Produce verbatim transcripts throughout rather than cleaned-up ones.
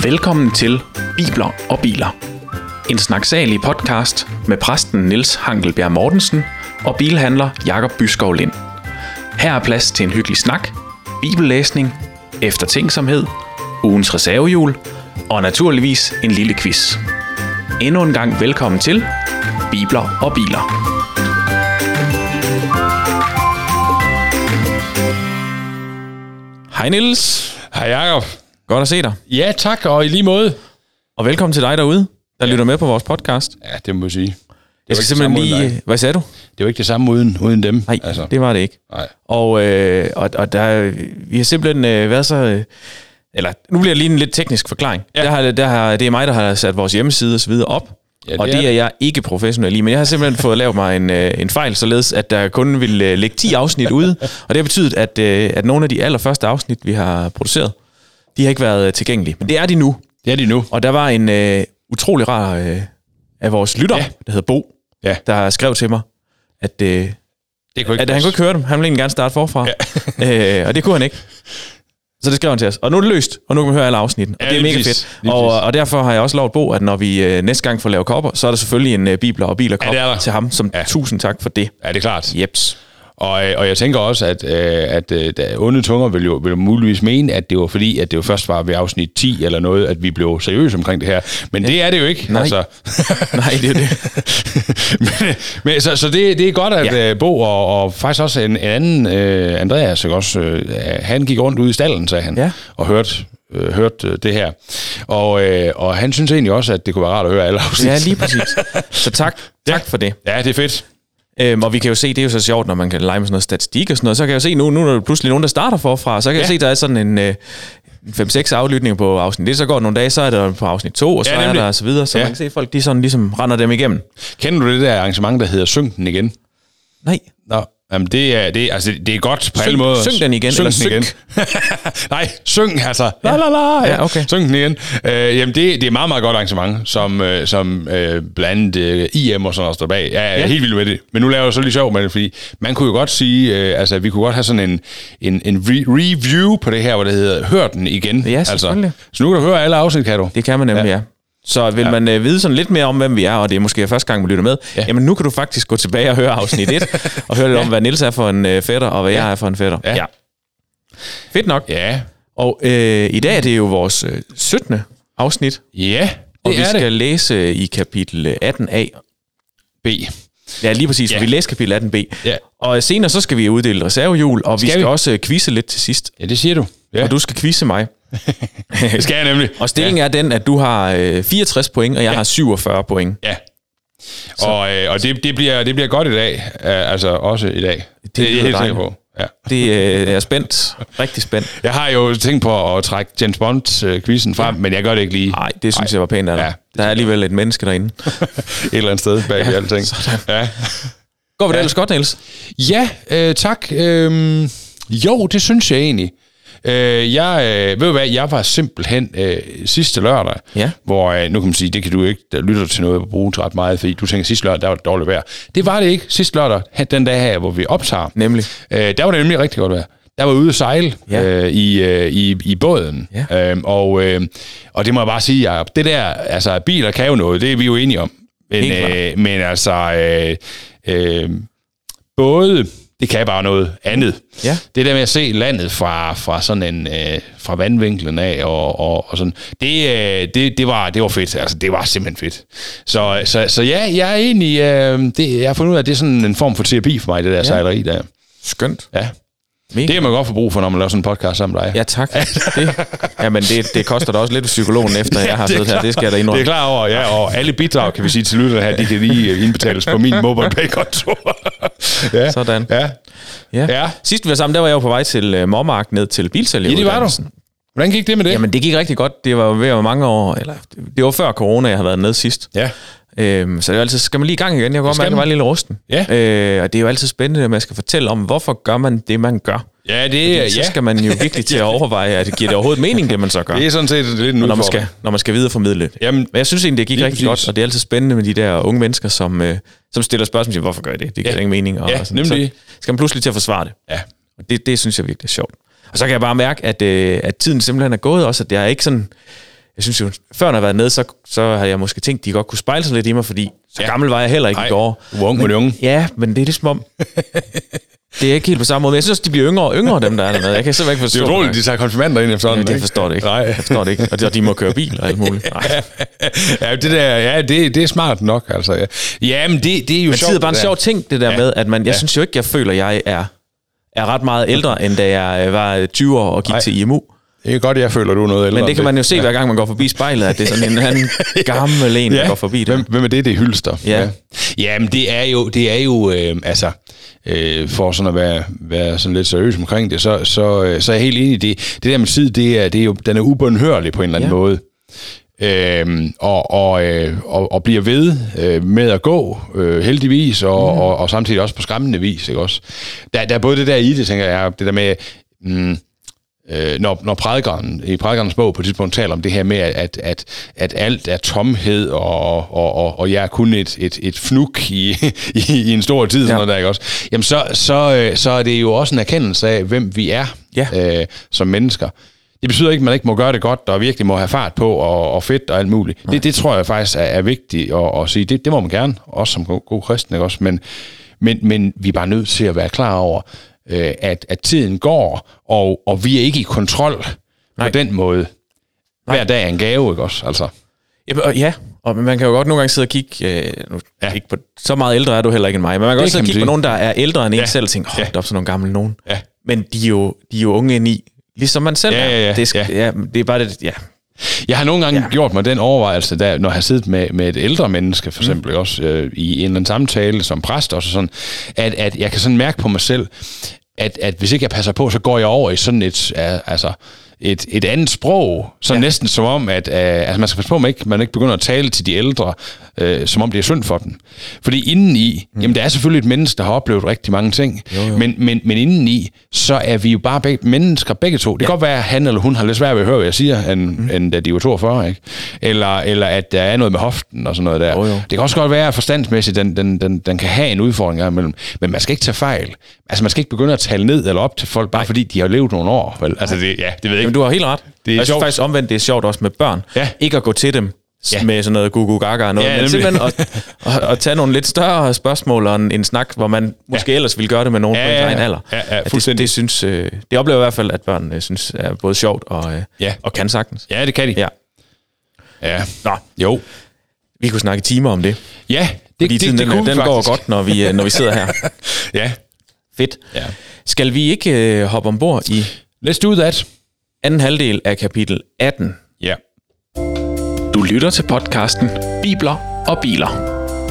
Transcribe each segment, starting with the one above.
Velkommen til Bibler og Biler. En snaksalig podcast med præsten Niels Hankelbjerg Mortensen og bilhandler Jakob Byskov Lind. Her er plads til en hyggelig snak, bibellæsning, eftertænksomhed, ugens reservehjul og naturligvis en lille quiz. Endnu en gang velkommen til Bibler og Biler. Hej Niels. Hej Jakob. Godt at se dig. Ja, tak, og i lige måde. Og velkommen til dig derude, der ja. lytter med på vores podcast. Ja, det må jeg sige. Det jeg skal simpelthen lige... Hvad sagde du? Det var ikke det samme uden, uden dem. Nej, altså. Det var det ikke. Nej. Og, øh, og, og der, vi har simpelthen øh, været så... Øh, eller, nu bliver det lige en lidt teknisk forklaring. Ja. Der har, der har, det er mig, der har sat vores hjemmeside og så videre op. Ja, det og det er, er jeg ikke professionel i, men jeg har simpelthen fået lavet mig en, en fejl, således at der kun vil ligge ti afsnit ude. Og det har betydet, at, at nogle af de allerførste afsnit, vi har produceret, de har ikke været tilgængelige. Men det er de nu. Det er de nu. Og der var en uh, utrolig rar uh, af vores lytter, ja. der hedder Bo, ja. der skrev til mig, at, uh, det kunne at han kunne ikke høre dem. Han ville egentlig gerne starte forfra. Ja. uh, og det kunne han ikke. Så det skrev han til os. Og nu er det løst, og nu kan man høre alle afsnitten. Og ja, det er mega fedt. Og, og derfor har jeg også lovet Bo, at når vi øh, næste gang får lavet kopper, så er der selvfølgelig en øh, bibler og biler-kop ja, til ham. Som ja. Tusind tak for det. Ja, det er klart. Jeps. Og, og jeg tænker også, at, øh, at øh, onde tunger vil jo, vil jo muligvis mene, at det var fordi, at det jo først var ved afsnit ti eller noget, at vi blev seriøse omkring det her. Men ja. det er det jo ikke. Nej, altså. Nej det er det. men, men, så så det, det er godt, at ja. Bo og, og faktisk også en, en anden, øh, Andreas, ikke også, øh, han gik rundt ude i stallen, sagde han, ja. og hørte... Øh, hørt øh, det her. Og, øh, og han synes egentlig også, at det kunne være rart at høre alle afsnit. Ja, lige præcis. Så tak, tak ja. for det. Ja, det er fedt. Øhm, og vi kan jo se, det er jo så sjovt, når man kan lege med sådan noget statistik og sådan noget, så kan jeg jo se, nu, nu er der pludselig nogen, der starter forfra, så kan ja. jeg se, der er sådan en øh, fem seks aflytninger på afsnit et, så går nogle dage, så er der på afsnit to, og så ja, er der og så videre, så ja. man kan se, at folk de sådan ligesom render dem igennem. Kender du det der arrangement, der hedder Syng den igen? Nej. Nå. Jamen, det er, det, altså, det er godt på syng, alle måder. Syng den igen, syng eller den igen. Nej, syng altså. La, la, la, ja. Ja, okay. Syng den igen. Øh, jamen, det, det er meget, meget godt arrangement, som, øh, som øh, blandt øh, I M og sådan noget står bag. Jeg er ja. helt vild med det. Men nu laver jeg så lige sjov med det, fordi man kunne jo godt sige, øh, altså, vi kunne godt have sådan en, en, en re- review på det her, hvor det hedder Hør den igen. Ja, selvfølgelig. Altså, så nu kan du høre alle afsnit, kan du? Det kan man nemlig, ja. ja. Så vil ja. man øh, vide sådan lidt mere om, hvem vi er, og det er måske første gang, vi lytter med, ja. jamen nu kan du faktisk gå tilbage og høre afsnit et, og høre lidt ja. om, hvad Niels er for en øh, fætter, og hvad ja. jeg er for en fætter. Ja. ja. Fedt nok. Ja. Og øh, i dag er det jo vores øh, syttende afsnit. Ja, det og vi er skal det. læse i kapitel atten A. B. Ja, lige præcis. Ja. Vi læser kapitel atten B. Ja. Og senere så skal vi uddele reservehjul, og vi skal, skal vi? også quizze lidt til sidst. Ja, det siger du. Ja. Og du skal quizze mig. Det skal jeg nemlig. Og stillingen ja. er den, at du har øh, fireogtres point, og jeg ja. har syvogfyrre point. Ja. Så. Og, øh, og det, det, bliver, det bliver godt i dag. Uh, altså også i dag. Det, det er jeg helt sikker på. Ja. Det øh, er spændt. Rigtig spændt. Jeg har jo tænkt på at trække James Bond-quizzen frem, ja. men jeg gør det ikke lige. Nej, det synes Ej. jeg var pænt af dig. Ja. Der er alligevel et menneske derinde. Et eller andet sted bag ja. alting. Ja. Går vi det ja. ellers godt, Niels? Ja, øh, tak. Øh, jo, det synes jeg egentlig. Øh, jeg, øh, ved du hvad, jeg var simpelthen øh, sidste lørdag, ja. hvor, øh, nu kan man sige, det kan du ikke, der lytter til noget, at bruge ret meget, fordi du tænker, sidste lørdag, der var det dårligt vejr. Det var det ikke sidste lørdag, den dag her, hvor vi optager. Nemlig. Øh, der var det nemlig rigtig godt vejr. Der var ude at sejle ja. øh, i, øh, i, i båden, ja. øh, og, øh, og det må jeg bare sige, Jacob, det der, altså biler kan jo noget, det er vi jo enige om. Men, øh, men altså, øh, øh, både... Det kan bare noget andet. Ja. Det der med at se landet fra, fra sådan en øh, fra vandvinklen af og, og, og sådan, det, øh, det, det var det var fedt. Altså det var simpelthen fedt. Så så, så ja, jeg er egentlig øh, det, jeg har fundet ud af, at det er sådan en form for terapi for mig, det der ja. sejleri der. Skønt. Ja. Mega. Det kan man godt få brug for, når man laver sådan en podcast sammen med dig. Ja, tak. Det, jamen, det, det koster da også lidt psykologen, efter jeg har siddet her. Det skal jeg da indrømme. Det er klar over, ja. Og alle bidrag, kan vi sige til lytterne her, de kan lige indbetales på min MobilePay-konto. Ja. Sådan. Ja. Ja. ja. Sidst vi var sammen, der var jeg jo på vej til uh, Mårmark ned til bilsælger. Ja, det var du. Hvordan gik det med det? Jamen, det gik rigtig godt. Det var ved at være mange år, eller det var før corona, jeg havde været nede sidst. Ja. Øhm, så det er jo altid, skal man lige i gang igen. Jeg kan godt mærke, at det var en lille rusten. Ja. Øh, og det er jo altid spændende, at man skal fortælle om, hvorfor gør man det, man gør. Ja, det er... Så ja. skal man jo virkelig til at overveje, at det giver det overhovedet mening, det man så gør. Det er sådan set lidt en når man skal, når man skal videreformidle. Jamen, men jeg synes egentlig, det gik rigtig præcis. godt, og det er altid spændende med de der unge mennesker, som, øh, som stiller spørgsmål og siger, hvorfor gør jeg det? Det giver ja. ingen mening. Og, ja, og sådan. Så skal man pludselig til at forsvare det. Ja. Og det, det synes jeg virkelig er sjovt. Og så kan jeg bare mærke, at, øh, at tiden simpelthen er gået også, at jeg er ikke sådan... jeg synes jo, før når jeg har været nede, så, så har jeg måske tænkt, de godt kunne spejle sig lidt i mig, fordi så ja. gammel var jeg heller ikke Ej, i går. Du var ung med de unge. Ja, men det er ligesom om... Det er ikke helt på samme måde. Jeg synes, de bliver yngre og yngre, dem der er dernede. Jeg kan simpelthen ikke forstå det. Det er utroligt, de tager konfirmander ind efter sådan. Ja, det forstår det ikke. Nej. Jeg forstår det ikke. Og de, og de må køre bil og alt muligt. Nej. Ja, det der, ja, det, det er smart nok, altså. Ja, ja men det, det er jo men sjovt. Men det er bare en sjov ting, det der ja. med, at man, jeg ja. synes jo ikke, jeg føler, jeg er, er ret meget ældre, end da jeg var tyve år og gik Nej. til I M U. Det er godt, jeg føler, du er noget ældre. Men det kan man jo se, ja. hver gang man går forbi spejlet, at det er sådan en anden gammel en, der ja. går forbi der. Hvem, hvem er det, det er Hylster? Ja. ja. Jamen, det er jo, det er jo øh, altså, øh, for sådan at være, være sådan lidt seriøs omkring det, så, så, så er jeg helt enig i det. Det der med tid, det er, det er jo, den er ubønhørlig på en eller anden ja. måde. Øhm, og, og, øh, og, og bliver ved øh, med at gå, øh, heldigvis, og, mm. og, og samtidig også på skræmmende vis, ikke også? Der, der er både det der i det, tænker jeg, det der med... Mm, Øh, når, når prædikeren, i prædikernes bog på et tidspunkt taler om det her med, at, at, at alt er tomhed, og, og, og, og jeg er kun et, et, et fnuk i, i, i en stor tid, ja. sådan noget der, ikke også? Jamen så, så, så er det jo også en erkendelse af, hvem vi er ja. øh, som mennesker. Det betyder ikke, at man ikke må gøre det godt, og virkelig må have fart på, og, og fedt og alt muligt. Det, det tror jeg faktisk er, er vigtigt at, at sige. Det, det må man gerne, også som god, god kristen, ikke også? Men, men, men vi er bare nødt til at være klar over, At, at tiden går, og, og vi er ikke i kontrol Nej. på den måde. Hver Nej. dag er en gave, ikke også? Altså. Ja, og, ja, og man kan jo godt nogle gange sidde og kigge, øh, nu, ja. ikke på, så meget ældre er du heller ikke end mig, men man kan det også sidde og kigge sige. på nogen, der er ældre end ja. en selv, og tænke, åh, oh, ja. der er sådan nogle gamle nogen. Ja. Men de er, jo, de er jo unge ind i, ligesom man selv ja, ja, ja. er. Det, skal, ja. Ja, det er bare det, ja. Jeg har nogle gange ja. gjort mig den overvejelse, der, når jeg har siddet med, med et ældre menneske, for eksempel mm. også øh, i en eller anden samtale som præst, også sådan, at, at jeg kan sådan mærke på mig selv, At, at hvis ikke jeg passer på, så går jeg over i sådan et, altså et, et andet sprog, så ja. næsten som om, at uh, altså man skal passe på, at man ikke, man ikke begynder at tale til de ældre, uh, som om det er synd for dem. Fordi indeni, mm. jamen der er selvfølgelig et menneske, der har oplevet rigtig mange ting, jo, jo. Men, men, men indeni, så er vi jo bare begge, mennesker begge to. Det ja. kan godt være, at han eller hun har lidt svært ved at høre, hvad jeg siger, end, mm. end da de var toogfyrre, ikke? Eller, eller at der er noget med hoften og sådan noget der. Jo, jo. Det kan også godt være, at forstandsmæssigt, den, den, den, den kan have en udfordring imellem, men man skal ikke tage fejl. Altså man skal ikke begynde at tale ned eller op til folk, bare Nej. fordi de har levet nogle år. Vel? Altså det, ja, det ved jeg ikke. Men du har helt ret. Det er jeg synes faktisk omvendt, det er sjovt også med børn. Ja. Ikke at gå til dem ja. med sådan noget gugu gaga og noget, ja, men simpelthen at, at, at tage nogle lidt større spørgsmål og en, en snak, hvor man måske ja. ellers ville gøre det med nogen ja, på en egen alder. Ja, ja, det, det, synes, øh, det oplever i hvert fald, at børn øh, synes er både sjovt og, øh, ja. og kan sagtens. Ja, det kan de. Ja. Ja. Nå, jo. Vi kunne snakke timer om det. Ja, det, det, tiden, det, det den, den går godt, når vi, når vi sidder her. Ja. Fedt. Ja. Skal vi ikke øh, hoppe ombord i... Let's do that. Anden halvdel af kapitel atten. Ja. Du lytter til podcasten Bibler og Biler.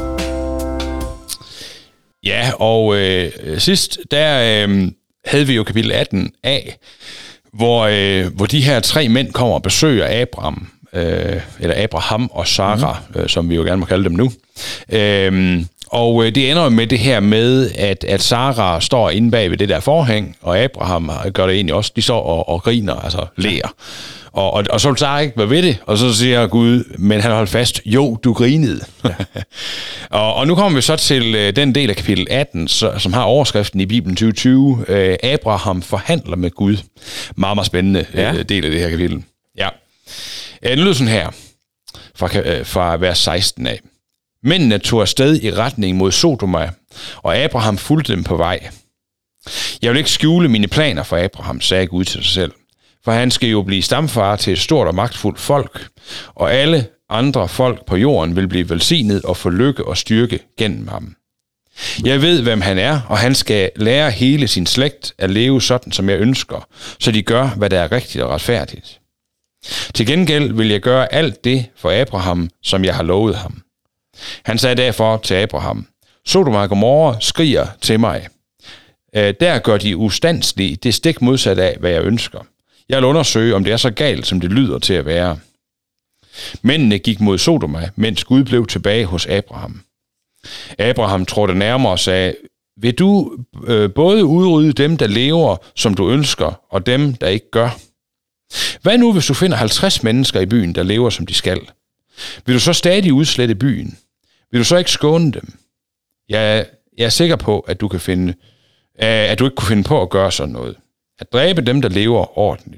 Ja, og øh, sidst, der øh, havde vi jo kapitel atten af, hvor, øh, hvor de her tre mænd kommer og besøger Abraham, øh, eller Abraham og Sara, mm. øh, som vi jo gerne må kalde dem nu. Øh, Og det ender jo med det her med, at, at Sara står inde bag ved det der forhæng, og Abraham gør det egentlig også. De står og, og griner, altså lærer. Og, og, og så vil Sara ikke være ved det, og så siger Gud, men han holdt fast, jo, du grinede. Ja. og, og nu kommer vi så til den del af kapitel atten, så, som har overskriften i Bibelen tyve tyve. Øh, Abraham forhandler med Gud. Meget, meget spændende ja. øh, del af det her kapitel. Ja. Det lyder sådan her, fra, fra vers seksten af. Mændene tog afsted i retning mod Sodoma, og Abraham fulgte dem på vej. Jeg vil ikke skjule mine planer for Abraham, sagde Gud til sig selv, for han skal jo blive stamfar til et stort og magtfuldt folk, og alle andre folk på jorden vil blive velsignet og få lykke og styrke gennem ham. Jeg ved, hvem han er, og han skal lære hele sin slægt at leve sådan, som jeg ønsker, så de gør, hvad der er rigtigt og retfærdigt. Til gengæld vil jeg gøre alt det for Abraham, som jeg har lovet ham. Han sagde derfor til Abraham, Sodoma og Gomorra skriger til mig. Der gør de ustandslige det stik modsat af, hvad jeg ønsker. Jeg vil undersøge, om det er så galt, som det lyder til at være. Mændene gik mod Sodoma, mens Gud blev tilbage hos Abraham. Abraham trådte nærmere og sagde, vil du øh, både udrydde dem, der lever, som du ønsker, og dem, der ikke gør? Hvad nu, hvis du finder halvtreds mennesker i byen, der lever, som de skal? Vil du så stadig udslette byen? Vil du så ikke skåne dem? Jeg, jeg er sikker på, at du, kan finde, at du ikke kunne finde på at gøre sådan noget. At dræbe dem, der lever ordentligt.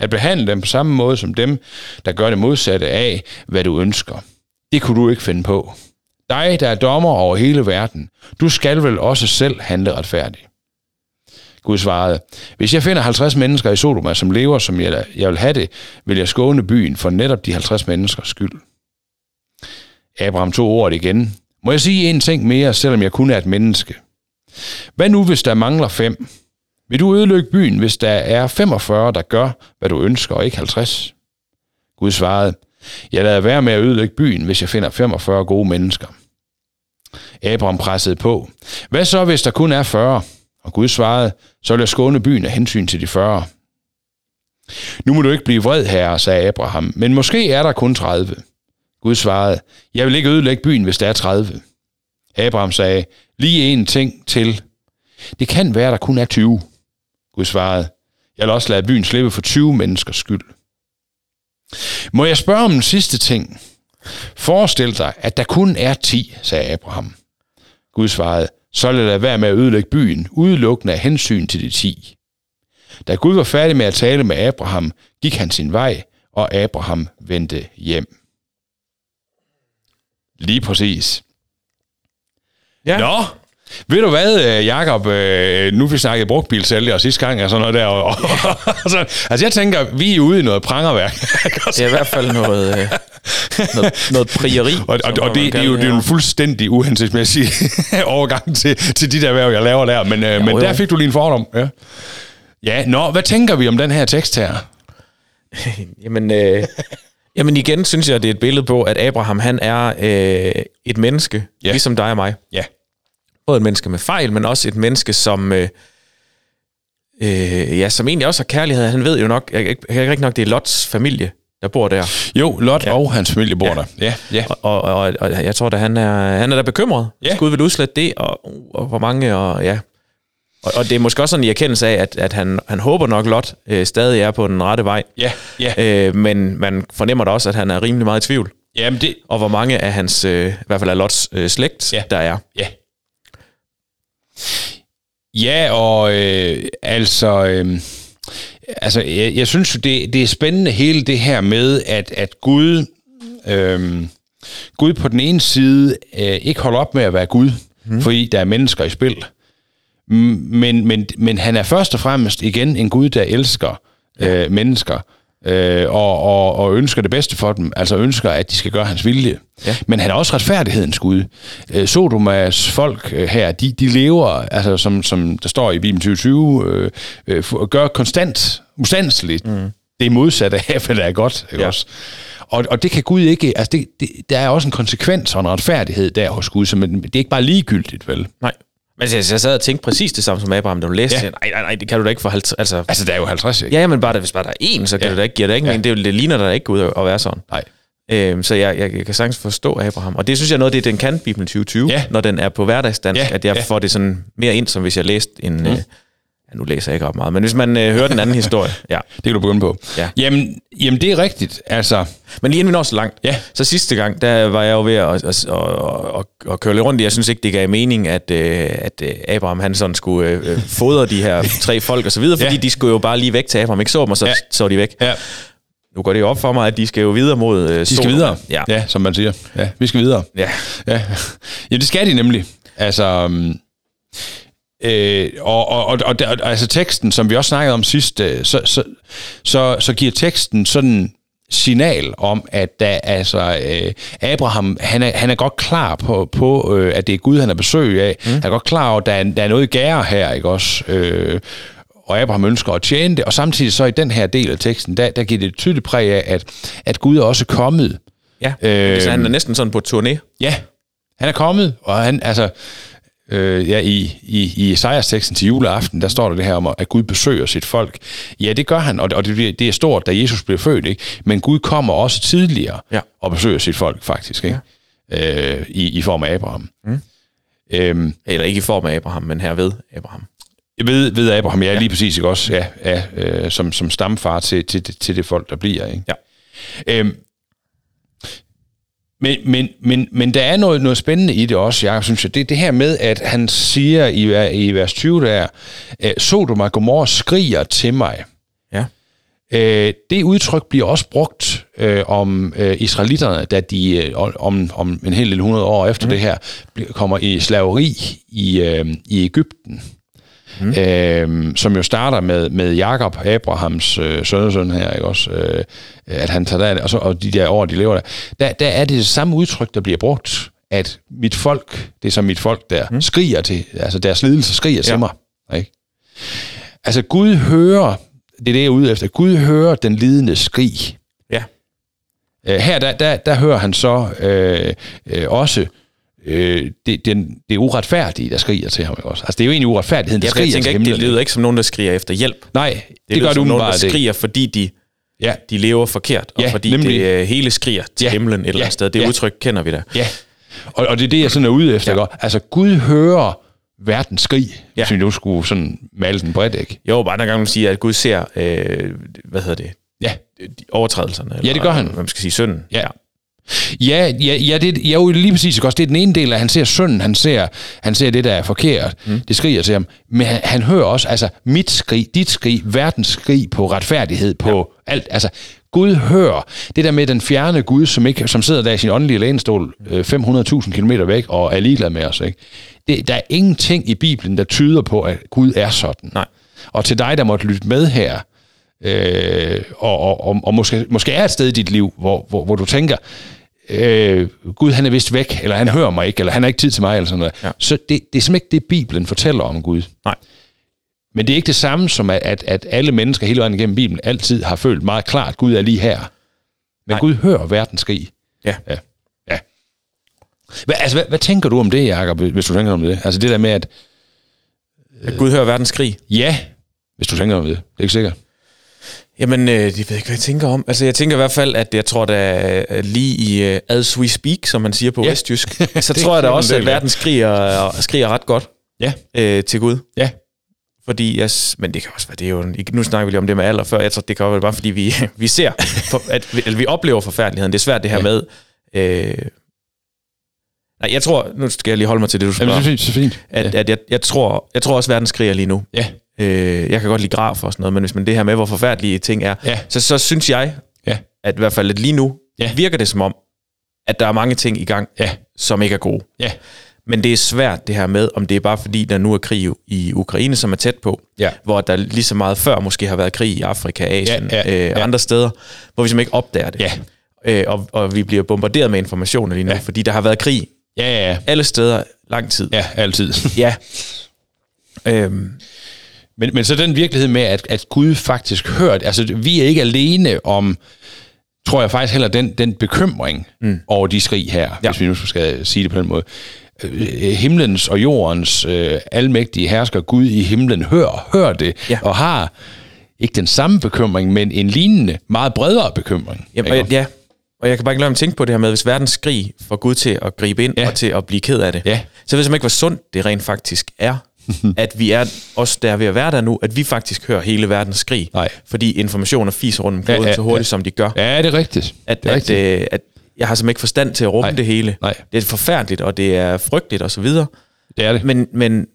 At behandle dem på samme måde som dem, der gør det modsatte af, hvad du ønsker. Det kunne du ikke finde på. Dig, der er dommer over hele verden, du skal vel også selv handle retfærdigt. Gud svarede, hvis jeg finder halvtreds mennesker i Sodoma, som lever, som jeg, jeg vil have det, vil jeg skåne byen for netop de halvtreds menneskers skyld. Abraham tog ordet igen. Må jeg sige en ting mere, selvom jeg kun er et menneske? Hvad nu, hvis der mangler fem? Vil du ødelægge byen, hvis der er femogfyrre, der gør, hvad du ønsker, og ikke halvtreds? Gud svarede, jeg lader være med at ødelægge byen, hvis jeg finder femogfyrre gode mennesker. Abraham pressede på. Hvad så, hvis der kun er fyrre? Og Gud svarede, så vil jeg skåne byen af hensyn til de fyrre. Nu må du ikke blive vred, herre, sagde Abraham, men måske er der kun tredive. Gud svarede, jeg vil ikke ødelægge byen, hvis der er tredive. Abraham sagde, lige en ting til. Det kan være, der kun er tyve. Gud svarede, jeg vil også lade byen slippe for tyve menneskers skyld. Må jeg spørge om den sidste ting? Forestil dig, at der kun er ti, sagde Abraham. Gud svarede, så lad der være med at ødelægge byen, udelukkende af hensyn til de ti. Da Gud var færdig med at tale med Abraham, gik han sin vej, og Abraham vendte hjem. Lige præcis. Ja. Nå, ved du hvad, Jakob, nu vi snakkede brugtbilsælger sidste gang og sådan noget der. Og, og, og så, altså jeg tænker, vi er ude i noget prangerværk. Det er i hvert fald noget, noget, noget prieri. Og, og, og det, det, er jo, det er jo en fuldstændig uhensigtsmæssig overgang til, til de der værv, jeg laver der. Men, jo, men jo. Der fik du lige en fordom. Ja. Ja, nå, hvad tænker vi om den her tekst her? Jamen... Øh... Jamen igen synes jeg, det er et billede på, at Abraham, han er øh, et menneske, ja. Ligesom dig og mig. Ja. Både et menneske med fejl, men også et menneske, som, øh, øh, ja, som egentlig også har kærlighed. Han ved jo nok, jeg, jeg, jeg ikke nok, det er Lots familie, der bor der. Jo, Lot ja. Og hans familie bor ja. Der. Ja, ja. Og, og, og, og jeg tror, at han er, han er da bekymret. Ja. Gud vil udslette det, og, og hvor mange, og ja... Og, og det er måske også sådan en erkendelse af, at, at han, han håber nok, Lot øh, stadig er på den rette vej. Ja, ja. Øh, men man fornemmer da også, at han er rimelig meget i tvivl. Jamen det... Og hvor mange af hans, øh, i hvert fald af Lots øh, slægt, ja. Der er. Ja, ja og øh, altså... Øh, altså, jeg, jeg synes jo, det, det er spændende hele det her med, at, at Gud, øh, Gud på den ene side øh, ikke holder op med at være Gud, hmm. fordi der er mennesker i spil. Men, men, men han er først og fremmest igen en Gud, der elsker øh, mennesker øh, og, og, og ønsker det bedste for dem, altså ønsker, at de skal gøre hans vilje. Ja. Men han er også retfærdighedens Gud. Øh, Sodomas folk øh, her, de, de lever, altså som, som der står i Bibelen tyve tyve, øh, øh, gør konstant, ustandsligt mm. det modsatte af, hvad der er godt. Ikke ja. Også? Og, og det kan Gud ikke, altså det, det, der er også en konsekvens og en retfærdighed der hos Gud, så det er ikke bare ligegyldigt, vel? Nej. Men jeg, jeg sad og tænkte præcis det samme som Abraham, da du læste. Ja. Nej, nej, nej, det kan du da ikke for halvtreds. Altså, altså, der er jo halvtreds, ikke? Ja, men bare, hvis bare der er en, så kan ja. Du da ikke give det ikke. Ja. Men det, det ligner der ikke ud at være sådan. Nej. Øhm, så jeg, jeg, jeg kan sagtens forstå Abraham. Og det synes jeg er noget, det den kan, Bibelen tyve tyve, ja. Når den er på hverdagsdansk, ja. At jeg ja. Får det sådan mere ind, som hvis jeg læste en... Mm. Øh, ja, nu læser jeg ikke op meget, men hvis man øh, hører den anden historie. Ja. Det kan du begynde på. Ja. Jamen, jamen, det er rigtigt. Altså... Men lige inden vi når så langt. Ja. Så sidste gang, der var jeg jo ved at, at, at, at, at køre lidt rundt i. Jeg synes ikke, det gav mening, at, at Abraham han sådan skulle øh, fodre de her tre folk og så videre, fordi ja. De skulle jo bare lige væk til Abraham. Ikke så dem, og så, ja. Så de væk. Ja. Nu går det jo op for mig, at de skal jo videre mod øh, De skal videre, ja. Ja, som man siger. Ja, vi skal videre. Ja. Ja, ja det skal de nemlig. Altså... Um... Øh, og, og, og, og, og altså teksten, som vi også snakkede om sidst, så, så, så, så giver teksten sådan signal om, at der, altså, øh, Abraham, han er, han er godt klar på, på øh, at det er Gud, han er besøg af. Mm. Han er godt klar over, at der er, der er noget gære her, ikke også? Øh, og Abraham ønsker at tjene det, og samtidig så i den her del af teksten, der, der giver det et tydeligt præg af, at, at Gud er også kommet. Ja, øh, så han er næsten sådan på turné. Ja, han er kommet, og han, altså... Øh, ja, i, i, i Esajas-teksten til juleaften, der står der det her om, at Gud besøger sit folk. Ja, det gør han, og det, og det, det er stort, da Jesus blev født, ikke? Men Gud kommer også tidligere ja. Og besøger sit folk, faktisk, ikke? Ja. Øh, i, i form af Abraham. Mm. Øhm, Eller ikke i form af Abraham, men her ved Abraham. Ved, ved Abraham, ja, ja, lige præcis, ikke også? Ja, ja, øh, som, som stamfar til, til, til det folk, der bliver, ikke? Ja. Øhm, Men, men, men, men der er noget, noget spændende i det også, jeg synes jeg. Det er det her med, at han siger i, i vers tyve der, Sodom og Gomorra skriger til mig. Ja. Øh, det udtryk bliver også brugt øh, om øh, israelitterne, da de øh, om, om en hel lille hundrede år efter mm. det her kommer i slaveri i, øh, i Egypten. Mm. Øh, som jo starter med, med Jakob, Abrahams øh, sønnesøn her, ikke også? Øh, at han tager der, og, så, og de der år, de lever der. der. Der er det samme udtryk, der bliver brugt, at mit folk, det er som mit folk der, mm. skriger til, altså deres lidelse skriger ja. til mig. Ikke? Altså Gud hører, det er det, jeg er ude efter, Gud hører den lidende skrig. Ja. Øh, her, der, der, der hører han så øh, øh, også Øh, det, den, det er uretfærdige, der skriger til ham. Også. Altså, det er jo egentlig uretfærdigheden, der ja, skriger til himlen. Det lyder ikke som nogen, der skriger efter hjælp. Nej, det, det gør du som nogen, bare der det. skriger, fordi de, ja. de lever forkert, og ja, fordi nemlig. det uh, hele skriger til ja. himlen et eller andet ja. sted. Det ja. udtryk kender vi da. Ja, og, og det er det, jeg sådan er ude efter. Ja. Altså, Gud hører verdens skrig, ja. hvis vi nu skulle sådan male den bredt, ikke? Jo, bare der gang man siger, at Gud ser, øh, hvad hedder det? Ja. De overtrædelserne. Eller, ja, det gør han. Hvad man skal sige, synden. Ja. Ja, ja, ja, det er jo lige præcis også. Det er den ene del, at han ser synden, han ser, han ser det, der er forkert. Mm. Det skriger til ham. Men han, han hører også, altså, mit skrig, dit skrig, verdens skrig på retfærdighed, på ja. alt. Altså, Gud hører det der med den fjerne Gud, som, ikke, som sidder der i sin åndelige lænestol øh, fem hundrede tusind kilometer væk og er ligeglad med os. Ikke? Det, der er ingenting i Bibelen, der tyder på, at Gud er sådan. Nej. Og til dig, der måtte lytte med her, øh, og, og, og, og måske, måske er et sted i dit liv, hvor, hvor, hvor du tænker, øh, Gud han er vist væk, eller han ja. hører mig ikke, eller han har ikke tid til mig, eller sådan noget. Ja. Så det, det er simpelthen ikke det, Bibelen fortæller om Gud. Nej. Men det er ikke det samme som, at, at, at alle mennesker hele vejen igennem Bibelen altid har følt meget klart, at Gud er lige her. Men Nej. Gud hører verdens skrig. Ja. ja. ja. Hvad, altså, hvad, hvad tænker du om det, Jacob, hvis du tænker om det? Altså det der med, at... Øh, at Gud hører verdens skrig? Ja, hvis du tænker om det. Det er ikke sikkert. Jamen, øh, jeg ved ikke, hvad jeg tænker om. Altså, jeg tænker i hvert fald, at jeg tror, at uh, lige i uh, as we speak, som man siger på ja. vestjysk, så tror jeg da også, at verden skriger, skriger ret godt ja. øh, til Gud. Ja. Fordi, jeg, men det kan også være, det er jo, nu snakker vi lige om det med alder før, jeg tror, det kan være bare, fordi vi, vi ser, for, at, at vi oplever forfærdeligheden. Det er svært det her ja. med... Øh, nej, jeg tror, nu skal jeg lige holde mig til det, du spørger. Jamen, det er fint, så fint. At, at jeg, jeg, tror, jeg tror også, verden skriger lige nu. Ja. Øh, jeg kan godt lide graf og sådan noget, men hvis man det her med, hvor forfærdelige ting er, ja. så, så synes jeg, ja. at i hvert fald at lige nu, ja. virker det som om, at der er mange ting i gang, ja. som ikke er gode. Ja. Men det er svært det her med, om det er bare fordi, der nu er krig i Ukraine, som er tæt på, ja. hvor der lige så meget før måske har været krig i Afrika, Asien, ja, ja, øh, ja. andre steder, hvor vi simpelthen ikke opdager det. Ja. Øh, og, og vi bliver bombarderet med informationer lige nu, ja. fordi der har været krig ja, ja, ja. alle steder lang tid. Ja, altid. ja. Øhm. Men, men så den virkelighed med, at, at Gud faktisk hørt, altså vi er ikke alene om, tror jeg faktisk heller, den, den bekymring mm. over de skrig her, ja. hvis vi nu skal sige det på den måde. Himlens og jordens øh, almægtige hersker Gud i himlen hører, hører det, ja. og har ikke den samme bekymring, men en lignende, meget bredere bekymring. Ja, og, ja. og jeg kan bare ikke lade mig tænke på det her med, hvis verdens skrig får Gud til at gribe ind ja. og til at blive ked af det, ja. så ved jeg ikke, hvor sundt det rent faktisk er, at vi er også der ved at være der nu, at vi faktisk hører hele verdens skrig, Nej. fordi informationer fiser rundt om kloden ja, ja, så hurtigt, ja. som de gør. Ja, det er rigtigt. At, det er at, rigtigt. at, at jeg har simpelthen ikke forstand til at rumme Nej. det hele. Nej. Det er forfærdeligt, og det er frygteligt, og så videre. Det er det. Men, men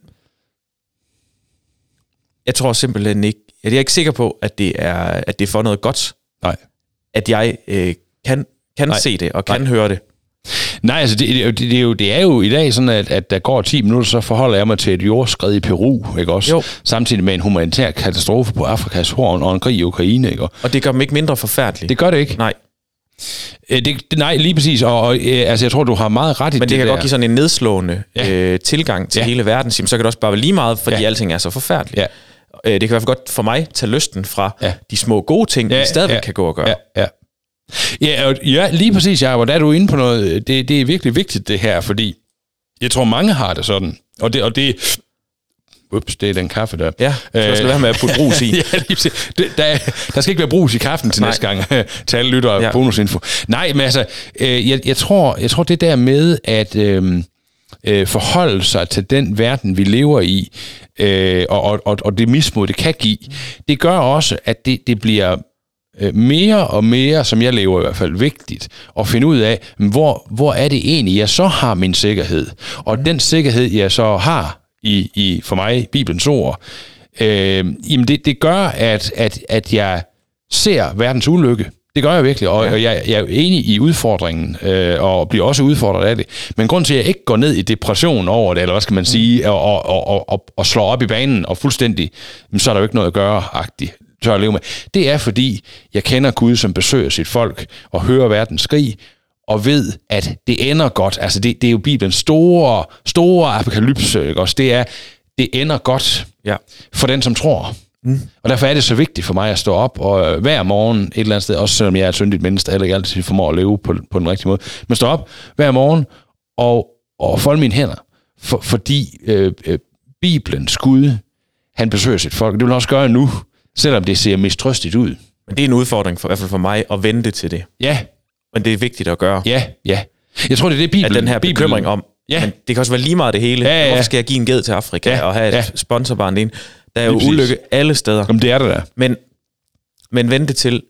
jeg tror simpelthen ikke, jeg er ikke sikker på, at det er, at det er for noget godt, Nej. at jeg øh, kan, kan se det, og kan Nej. høre det. Nej, altså det, det, det, er jo, det er jo i dag sådan, at, at der går ti minutter, så forholder jeg mig til et jordskred i Peru, ikke også? Jo. Samtidig med en humanitær katastrofe på Afrikas Horn og en krig i Ukraine, ikke? Og det gør dem ikke mindre forfærdeligt. Det gør det ikke. Nej. Det, det, nej, lige præcis, og, og altså, jeg tror, du har meget ret i det. Men det kan der. godt give sådan en nedslående ja. øh, tilgang til ja. hele verden, så kan det også bare være lige meget, fordi ja. alting er så forfærdeligt. Ja. Øh, det kan i hvert fald godt for mig tage lysten fra ja. de små gode ting, ja. vi stadigvæk ja. kan gå og gøre. Ja, ja. Ja, ja, lige præcis, Jacob, og der er du inde på noget, det, det er virkelig vigtigt det her, fordi jeg tror, mange har det sådan, og det, og det ups, det er den kaffe der. Ja, så skal det være med at putte brus i. ja, det, der, der skal ikke være brus i kaffen til Nej. næste gang, til alle lyttere og ja. bonusinfo. Nej, men altså, øh, jeg, jeg, tror, jeg tror det der med at øh, øh, forholde sig til den verden, vi lever i, øh, og, og, og det mismod, det kan give, det gør også, at det, det bliver mere og mere, som jeg lever i hvert fald, vigtigt at finde ud af, hvor, hvor er det egentlig, jeg så har min sikkerhed. Og den sikkerhed, jeg så har i, i for mig, Bibelens ord, øh, jamen det, det gør, at, at, at jeg ser verdens ulykke. Det gør jeg virkelig, og ja. jeg, jeg er enig i udfordringen, øh, og bliver også udfordret af det. Men grund til, at jeg ikke går ned i depression over det, eller hvad skal man sige, mm. og, og, og, og, og slår op i banen og fuldstændig, så er der jo ikke noget at gøre-agtigt, tør at leve med. Det er, fordi jeg kender Gud, som besøger sit folk, og hører verdens skrig, og ved, at det ender godt. Altså, det, det er jo Bibelens store, store apokalypse, ikke også? Det er, det ender godt ja. for den, som tror. Mm. Og derfor er det så vigtigt for mig at stå op og hver morgen et eller andet sted, også selvom jeg er et syndigt menneske, eller ikke altid formår at leve på, på den rigtige måde, men stå op hver morgen og, og folde mine hænder, for, fordi øh, øh, Bibelens Gud, han besøger sit folk. Det vil han også gøre nu, selvom det ser mistrøstigt ud. Men det er en udfordring, for, i hvert fald for mig, at vente til det. Ja. Men det er vigtigt at gøre. Ja, ja. Jeg tror, det er det, Bibelen... At den her bekymring om, ja. Men det kan også være lige meget det hele. Ja, ja. Hvorfor skal jeg give en ged til Afrika ja, og have et ja. sponsorbarn ind? Der er jo ulykke alle steder. Jamen, det er det der. Men, men vente til,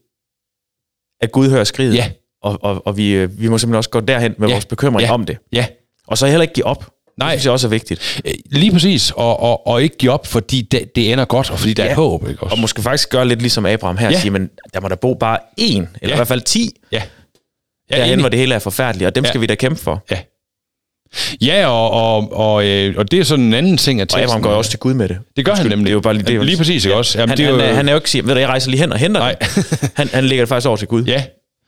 at Gud hører skridet. Ja. Og, og, og vi, vi må simpelthen også gå derhen med ja. vores bekymring ja. om det. Ja. Og så heller ikke give op. Nej. Det synes jeg også er vigtigt. Lige præcis. Og, og, og ikke give op, fordi det, det ender godt, og fordi der ja. er håb. Ikke også? Og måske faktisk gøre lidt ligesom Abraham her. Ja. Og sige, men der må der bo bare én, eller ja. i hvert fald ti. Ja. Ja, derhen, hvor det hele er forfærdeligt, og dem ja. skal vi da kæmpe for. Ja. Ja, og, og, og, og det er sådan en anden ting, at og Abraham går jo også til Gud med det. Det gør han nemlig. Det er jo bare lige, det er jo, lige præcis, ikke ja. også? Jamen, han, det er jo, han, han er jo ikke siger, ved du, jeg rejser lige hen og henter Nej. han, han lægger det faktisk over til Gud. Ja.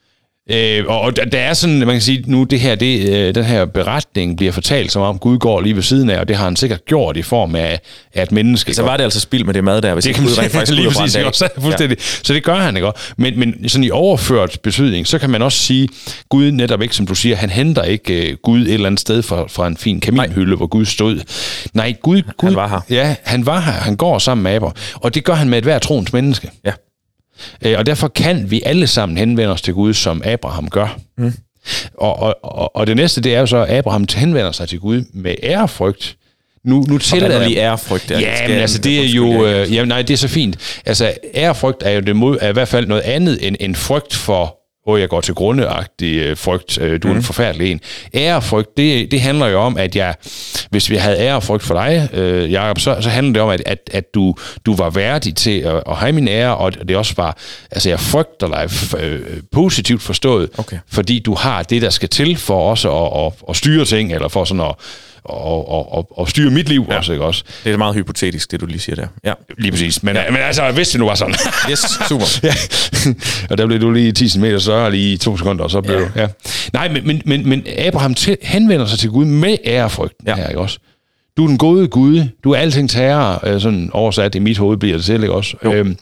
Øh, og der er sådan, man kan sige, nu det her, det, øh, den her beretning bliver fortalt, som om Gud går lige ved siden af, og det har han sikkert gjort i form af, af et menneske. Så var det altså spild med det mad der, hvis det kan Gud rent faktisk lige præcis, ikke også? Fuldstændig. Ja. Så det gør han, ikke også? Men, men sådan i overført betydning, så kan man også sige, Gud netop ikke, som du siger, han henter ikke uh, Gud et eller andet sted fra, fra en fin kaminhylde, Nej. hvor Gud stod. Nej, Gud, Gud... Han var her. Ja, han var her. Han går sammen med Abraham. Og det gør han med et hver troens menneske. Ja. Og derfor kan vi alle sammen henvende os til Gud, som Abraham gør. Mm. Og, og, og, og det næste, det er jo så, at Abraham henvender sig til Gud med ærefrygt. Nu, nu tillader jeg lige ærefrygt. Der. Ja, men altså, det er jo... Øh, jamen, nej, det er så fint. Altså, ærefrygt er jo det mod, er i hvert fald noget andet end en frygt for... Åh, jeg går til grundeagtig øh, frygt. Øh, du er mm. en forfærdelig en. Ærefrygt, det, det handler jo om, at jeg... Hvis vi havde ærefrygt for dig, øh, Jacob, så, så handler det om, at, at, at du, du var værdig til at, at have min ære, og det også var... Altså, jeg frygter dig øh, positivt forstået, okay. fordi du har det, der skal til for også at, at, at styre ting, eller for sådan at... Og, og, og, og styre mit liv ja. også, ikke også? Det er meget hypotetisk, det du lige siger der. Ja, lige præcis. Men, ja. men altså, hvis det nu var sådan. Yes, super. ja. Og der blev du lige ti centimeter større lige i to sekunder, og så blev ja. du... Ja. Nej, men, men, men, men Abraham til, henvender sig til Gud med ærefrygten ja. her, ikke også? Du er den gode Gud. Du er alting til herre, sådan oversat i mit hoved bliver det selv, ikke også? Øhm,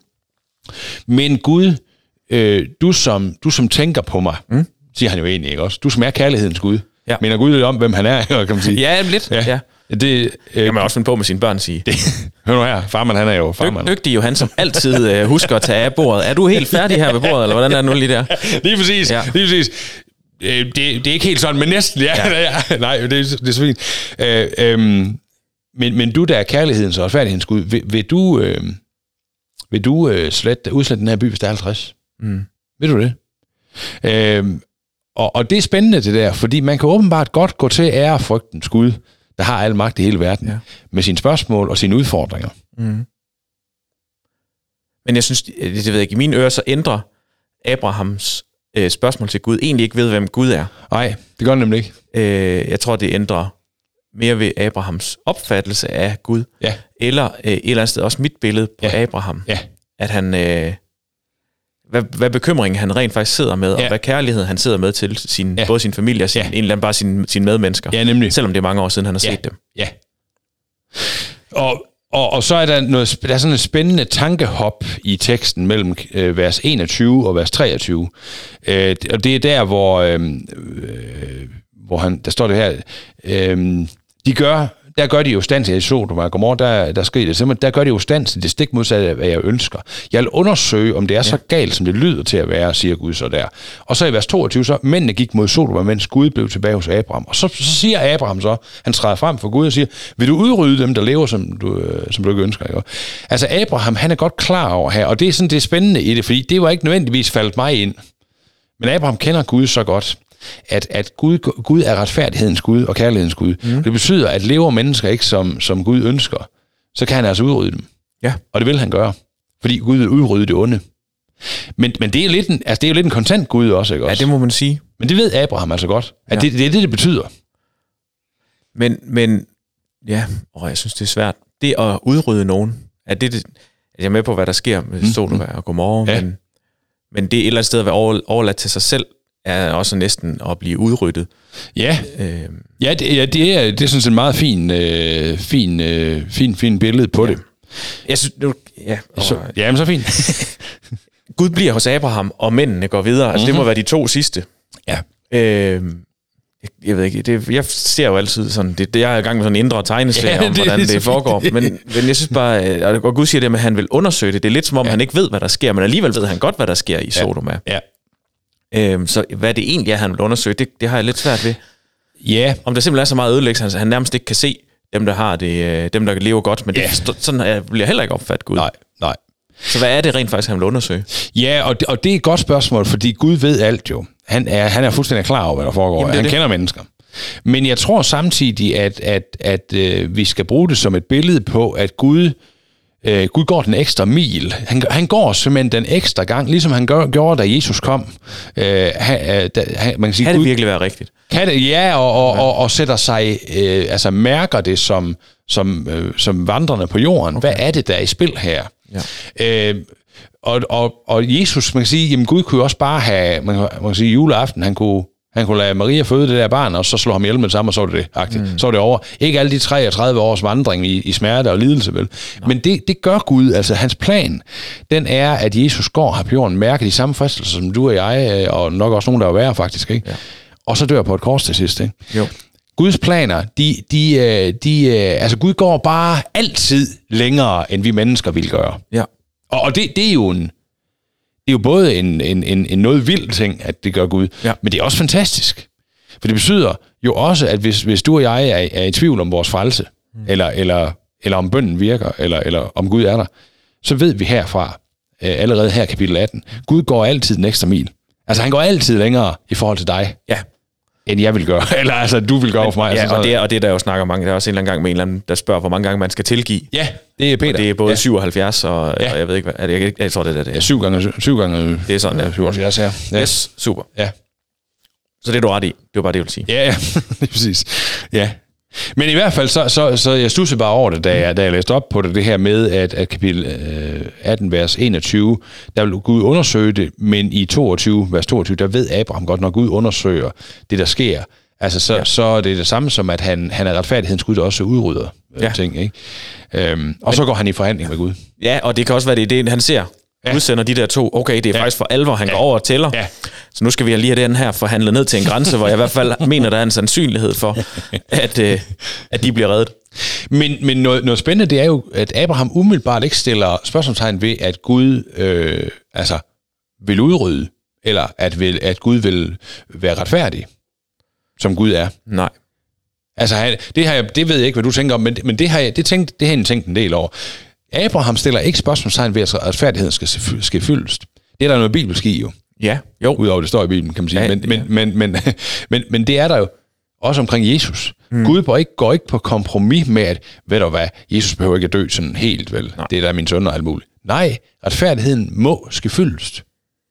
men Gud, øh, du, som, du som tænker på mig, mm. siger han jo egentlig, ikke også? Du som er kærlighedens Gud. Ja. Minder Gud lidt om, hvem han er, kan man sige. Ja, lidt. Ja. Ja. Det øh, kan man også finde på med sine børn sige. Det, hør nu her, farmand, han er jo farmand. Dygtig Johan, som altid øh, husker at tage af bordet. Er du helt færdig her ved bordet, eller hvordan er det nu lige der? Lige præcis, ja. lige præcis. Øh, det, det er ikke helt sådan, men næsten, ja. ja. ja. Nej, det, det er så fint. Øh, øh, men, men du, der er kærlighedens og retfærdighedens Gud, vil, vil du, øh, vil du øh, slet, udslette den her by, hvis der er halvtreds? Mm. Vil du det? Øh, Og, og det er spændende det der, fordi man kan åbenbart godt gå til ærefrygtens Gud, der har al magt i hele verden, ja. med sine spørgsmål og sine udfordringer. Mm. Men jeg synes, det, det ved jeg ikke, i mine ører, så ændrer Abrahams øh, spørgsmål til Gud egentlig ikke ved, hvem Gud er. Nej, det gør det nemlig ikke. Øh, jeg tror, det ændrer mere ved Abrahams opfattelse af Gud, ja. eller øh, et eller andet sted også mit billede på ja. Abraham. Ja. At han... Øh, Hvad, hvad bekymringen han rent faktisk sidder med, ja. og hvad kærlighed han sidder med til sin, ja. både sin familie og sin, ja. en eller anden, bare sine sin medmennesker. Ja, nemlig. Selvom det er mange år siden, han har ja. set dem. Ja. Og, og, og så er der, noget, der er sådan et spændende tankehop i teksten mellem øh, vers enogtyve og vers treogtyve. Øh, og det er der, hvor, øh, øh, hvor han, der står det her, øh, de gør... Der gør de jo stand til, i Sodom og Gomorra, der, der sker det simpelthen, der gør de jo stand til det stik modsatte af, hvad jeg ønsker. Jeg vil undersøge, om det er ja. så galt, som det lyder til at være, siger Gud så der. Og så i vers toogtyve, så mændene gik mod Sodom, mens Gud blev tilbage hos Abraham. Og så, så siger Abraham så, han træder frem for Gud og siger, vil du udrydde dem, der lever, som du, som du ikke ønsker? Ikke? Altså Abraham, han er godt klar over her, og det er sådan det spændende i det, fordi det var ikke nødvendigvis faldet mig ind. Men Abraham kender Gud så godt, at, at Gud, Gud er retfærdighedens Gud og kærlighedens Gud. Mm. Det betyder, at lever mennesker ikke som, som Gud ønsker, så kan han altså udrydde dem. Ja. Og det vil han gøre, fordi Gud vil udrydde det onde. Men, men det er lidt en, altså det er jo lidt en kontant Gud også, ikke også? Ja, det må man sige. Men det ved Abraham altså godt, at ja. det, det er det, det betyder. Men, men ja, åh, jeg synes, det er svært. Det at udrydde nogen, er det, det jeg er med på, hvad der sker med Sodoma og Gomorra, ja. men, men det er et eller andet sted at være overladt til sig selv, er også næsten at blive udryddet. Ja, øh, ja, det, ja det, er, det er sådan et meget fin, øh, fin, øh, fin, fin billede på ja. det. Jeg synes, du, ja, så, jamen så fint. Gud bliver hos Abraham, og mændene går videre. Altså, mm-hmm. det må være de to sidste. Ja. Øh, jeg, jeg ved ikke, det, jeg ser jo altid sådan, det, det jeg er i gang med sådan en indre tegneserie ja, om, hvordan det, det foregår. Men, men jeg synes bare, og Gud siger det med, at han vil undersøge det. Det er lidt som om, ja. han ikke ved, hvad der sker, men alligevel ved han godt, hvad der sker i Sodoma. Ja. Øhm, så hvad det egentlig er, han vil undersøge, det, det har jeg lidt svært ved. Ja. Om der simpelthen er så meget ødelæggelse, han nærmest ikke kan se dem, der har det, dem, der lever godt, men ja. det, sådan jeg bliver heller ikke opfattet Gud. Nej, nej. Så hvad er det rent faktisk, han vil undersøge? Ja, og det, og det er et godt spørgsmål, fordi Gud ved alt jo. Han er, han er fuldstændig klar over, hvad der foregår. Jamen, han det. kender mennesker. Men jeg tror samtidig, at, at, at øh, vi skal bruge det som et billede på, at Gud, øh, Gud går den ekstra mil. Han, han går simpelthen den ekstra gang, ligesom han gør, gjorde, da Jesus kom. Øh, han, da, han, man kan sige, kan det Gud, virkelig være rigtigt? Kan det, ja, og, og, og, og sætter sig, øh, altså mærker det som, som, øh, som vandrende på jorden. Okay. Hvad er det, der er i spil her? Ja. Øh, og, og, og Jesus, man kan sige, jamen Gud kunne jo også bare have, man kan, man kan sige, juleaften, han kunne, han kunne lade Maria føde det der barn, og så slå ham ihjel med det samme, og så var det det, mm. så var det over. Ikke alle de treogtredive års vandring i, i smerte og lidelse, vel? No. Men det, det gør Gud, altså hans plan, den er, at Jesus går her på jorden, mærker de samme fristelser, som du og jeg, og nok også nogen, der er værre faktisk, ikke? Ja. Og så dør på et kors til sidst, ikke? Jo. Guds planer, de, de, de, altså Gud går bare altid længere, end vi mennesker vil gøre. Ja. Og, og det, det er jo en, det er jo både en, en, en, en noget vild ting, at det gør Gud, ja. Men det er også fantastisk. For det betyder jo også, at hvis, hvis du og jeg er, er i tvivl om vores frelse, mm. eller, eller, eller om bønnen virker, eller, eller om Gud er der, så ved vi herfra, øh, allerede her kapitel atten, Gud går altid den ekstra mil. Altså han går altid længere i forhold til dig. Ja. End jeg vil gøre, eller altså du vil gøre for mig. Ja, altså, og, det er, og det er der jo snakker mange, der er også en eller anden gang med en eller anden, der spørger, hvor mange gange man skal tilgive. Ja, det er Peter. Og det er både ja. syvoghalvfjerds og, ja. og jeg ved ikke, hvad, er det, jeg, jeg tror det er det. Ja, syv gange, syv gange. Det er sådan, ja. syvoghalvfjerds, ja. Ja. Yes, super. Ja. Så det er du ret i. Det var bare det, jeg ville sige. Ja, ja, det er præcis. Ja. Men i hvert fald, så, så, så jeg studsede bare over det, da jeg, da jeg læste op på det, det her med, at, at kapitel atten, vers enogtyve, der vil Gud undersøge det, men i toogtyve, vers toogtyve, der ved Abraham godt, når Gud undersøger det, der sker, altså så, ja. så er det det samme som, at han, han er retfærdighedens Gud, der også udrydder ja. ting, ikke? Øhm, og men, så går han i forhandling med Gud. Ja, og det kan også være det, det han ser. Ja. Udsender de der to, okay, det er ja. faktisk for alvor, han ja. går over og tæller. Ja. Så nu skal vi lige have den her forhandlet ned til en grænse, hvor jeg i hvert fald mener, der er en sandsynlighed for, at, øh, at de bliver reddet. Men, men noget, noget spændende, det er jo, at Abraham umiddelbart ikke stiller spørgsmålstegn ved, at Gud øh, altså, vil udrydde, eller at, vil, at Gud vil være retfærdig, som Gud er. Nej. Altså, det, har jeg, det ved jeg ikke, hvad du tænker om, men, men det har jeg, det tænkt, det har jeg tænkt en del over. Abraham stiller ikke spørgsmålstegn ved, at retfærdigheden skal, skal fyldes. Det er der noget bibelsk i jo. Ja, jo. Udover det står i Bibelen, kan man sige. Ja, men, men, men, men, men, men det er der jo også omkring Jesus. Mm. Gud går ikke, går ikke på kompromis med, at ved du hvad, Jesus behøver ikke at dø sådan helt, vel? Nej. Det er der min søn og alt muligt. Nej, retfærdigheden må skal fyldes.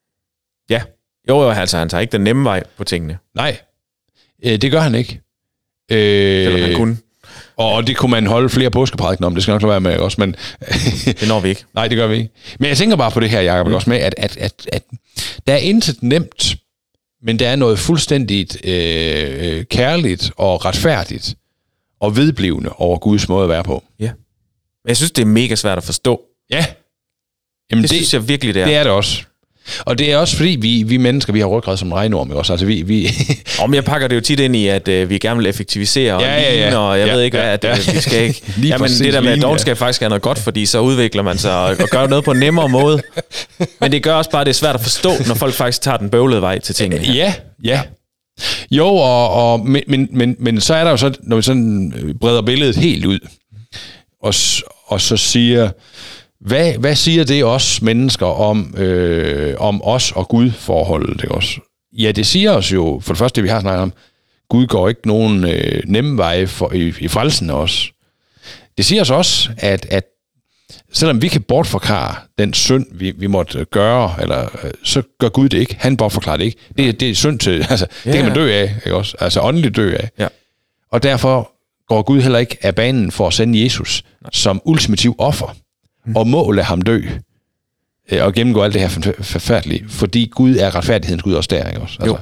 Ja, jo, jo, altså han tager ikke den nemme vej på tingene. Nej, øh, det gør han ikke. Øh, Eller han kunne. Og det kunne man holde flere påskeprædikener om, det skal nok lade være med også, men... det når vi ikke. Nej, det gør vi ikke. Men jeg tænker bare på det her, Jacob, mm. også med, at, at, at, at der er intet nemt, men der er noget fuldstændigt øh, kærligt og retfærdigt og vedblivende over Guds måde at være på. Ja. Jeg synes, det er mega svært at forstå. Ja. Jamen, det, det synes jeg virkelig, det er. Det er det også. Og det er også fordi, vi, vi mennesker, vi har ryggrad som en regnorm, også? Altså, vi... vi Om jeg pakker det jo tit ind i, at øh, vi gerne vil effektivisere og ja, ligne, ja, ja. og jeg ja, ved ikke, hvad, at ja. øh, vi skal ikke... Jamen, det der med, at dovenskab faktisk er noget godt, fordi så udvikler man sig og, og gør noget på en nemmere måde. Men det gør også bare, det er svært at forstå, når folk faktisk tager den bøvlede vej til tingene. Ja, ja. Jo, og, og, men, men, men, men så er der jo så, når vi sådan breder billedet helt ud, og, og så siger... Hvad, hvad siger det os mennesker om, øh, om os og Gud-forholdet? Det også? Ja, det siger os jo, for det første det, vi har snakket om, Gud går ikke nogen øh, nemme veje for, i, i frelsen også. Det siger os også, at, at, selvom vi kan bortforklare den synd, vi, vi måtte gøre, eller så gør Gud det ikke. Han bortforklarer det ikke. Det, det er synd til, altså, ja, det kan man dø af, ikke også? Altså åndeligt dø af. Ja. Og derfor går Gud heller ikke af banen for at sende Jesus Nej. som ultimativ offer, mm. og må lade ham dø, og gennemgå alt det her forfærdelige, fordi Gud er retfærdighedens Gud også der, ikke også? Altså. Jo.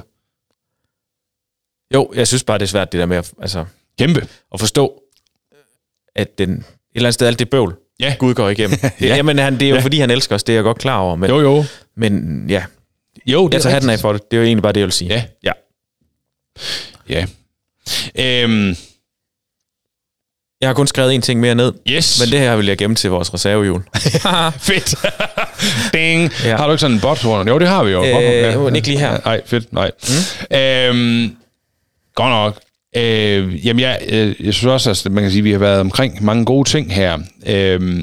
Jo, jeg synes bare, det er svært det der med at, altså, Kæmpe. at forstå, at den, et eller andet sted alt det bøvl, ja. Gud går igennem. Det, ja. Jamen, han, det er jo ja. fordi, han elsker os, det er jeg godt klar over. Men, jo, jo. Men ja, jo, det jeg tager hatten af for det. Det er jo egentlig bare det, jeg vil sige. Ja. Ja. ja. Øhm. Jeg har kun skrevet en ting mere ned, yes. men det her vil jeg gemme til vores reservehjul. Fedt. Ding. Ja. Har du ikke sådan en botthorn? Jo, det har vi jo. Øh, ja. Ikke lige her. Nej, fedt. Nej. Mm. Øhm. Godt nok. Øh, jamen, jeg, øh, jeg synes også, at man kan sige, at vi har været omkring mange gode ting her. Øh,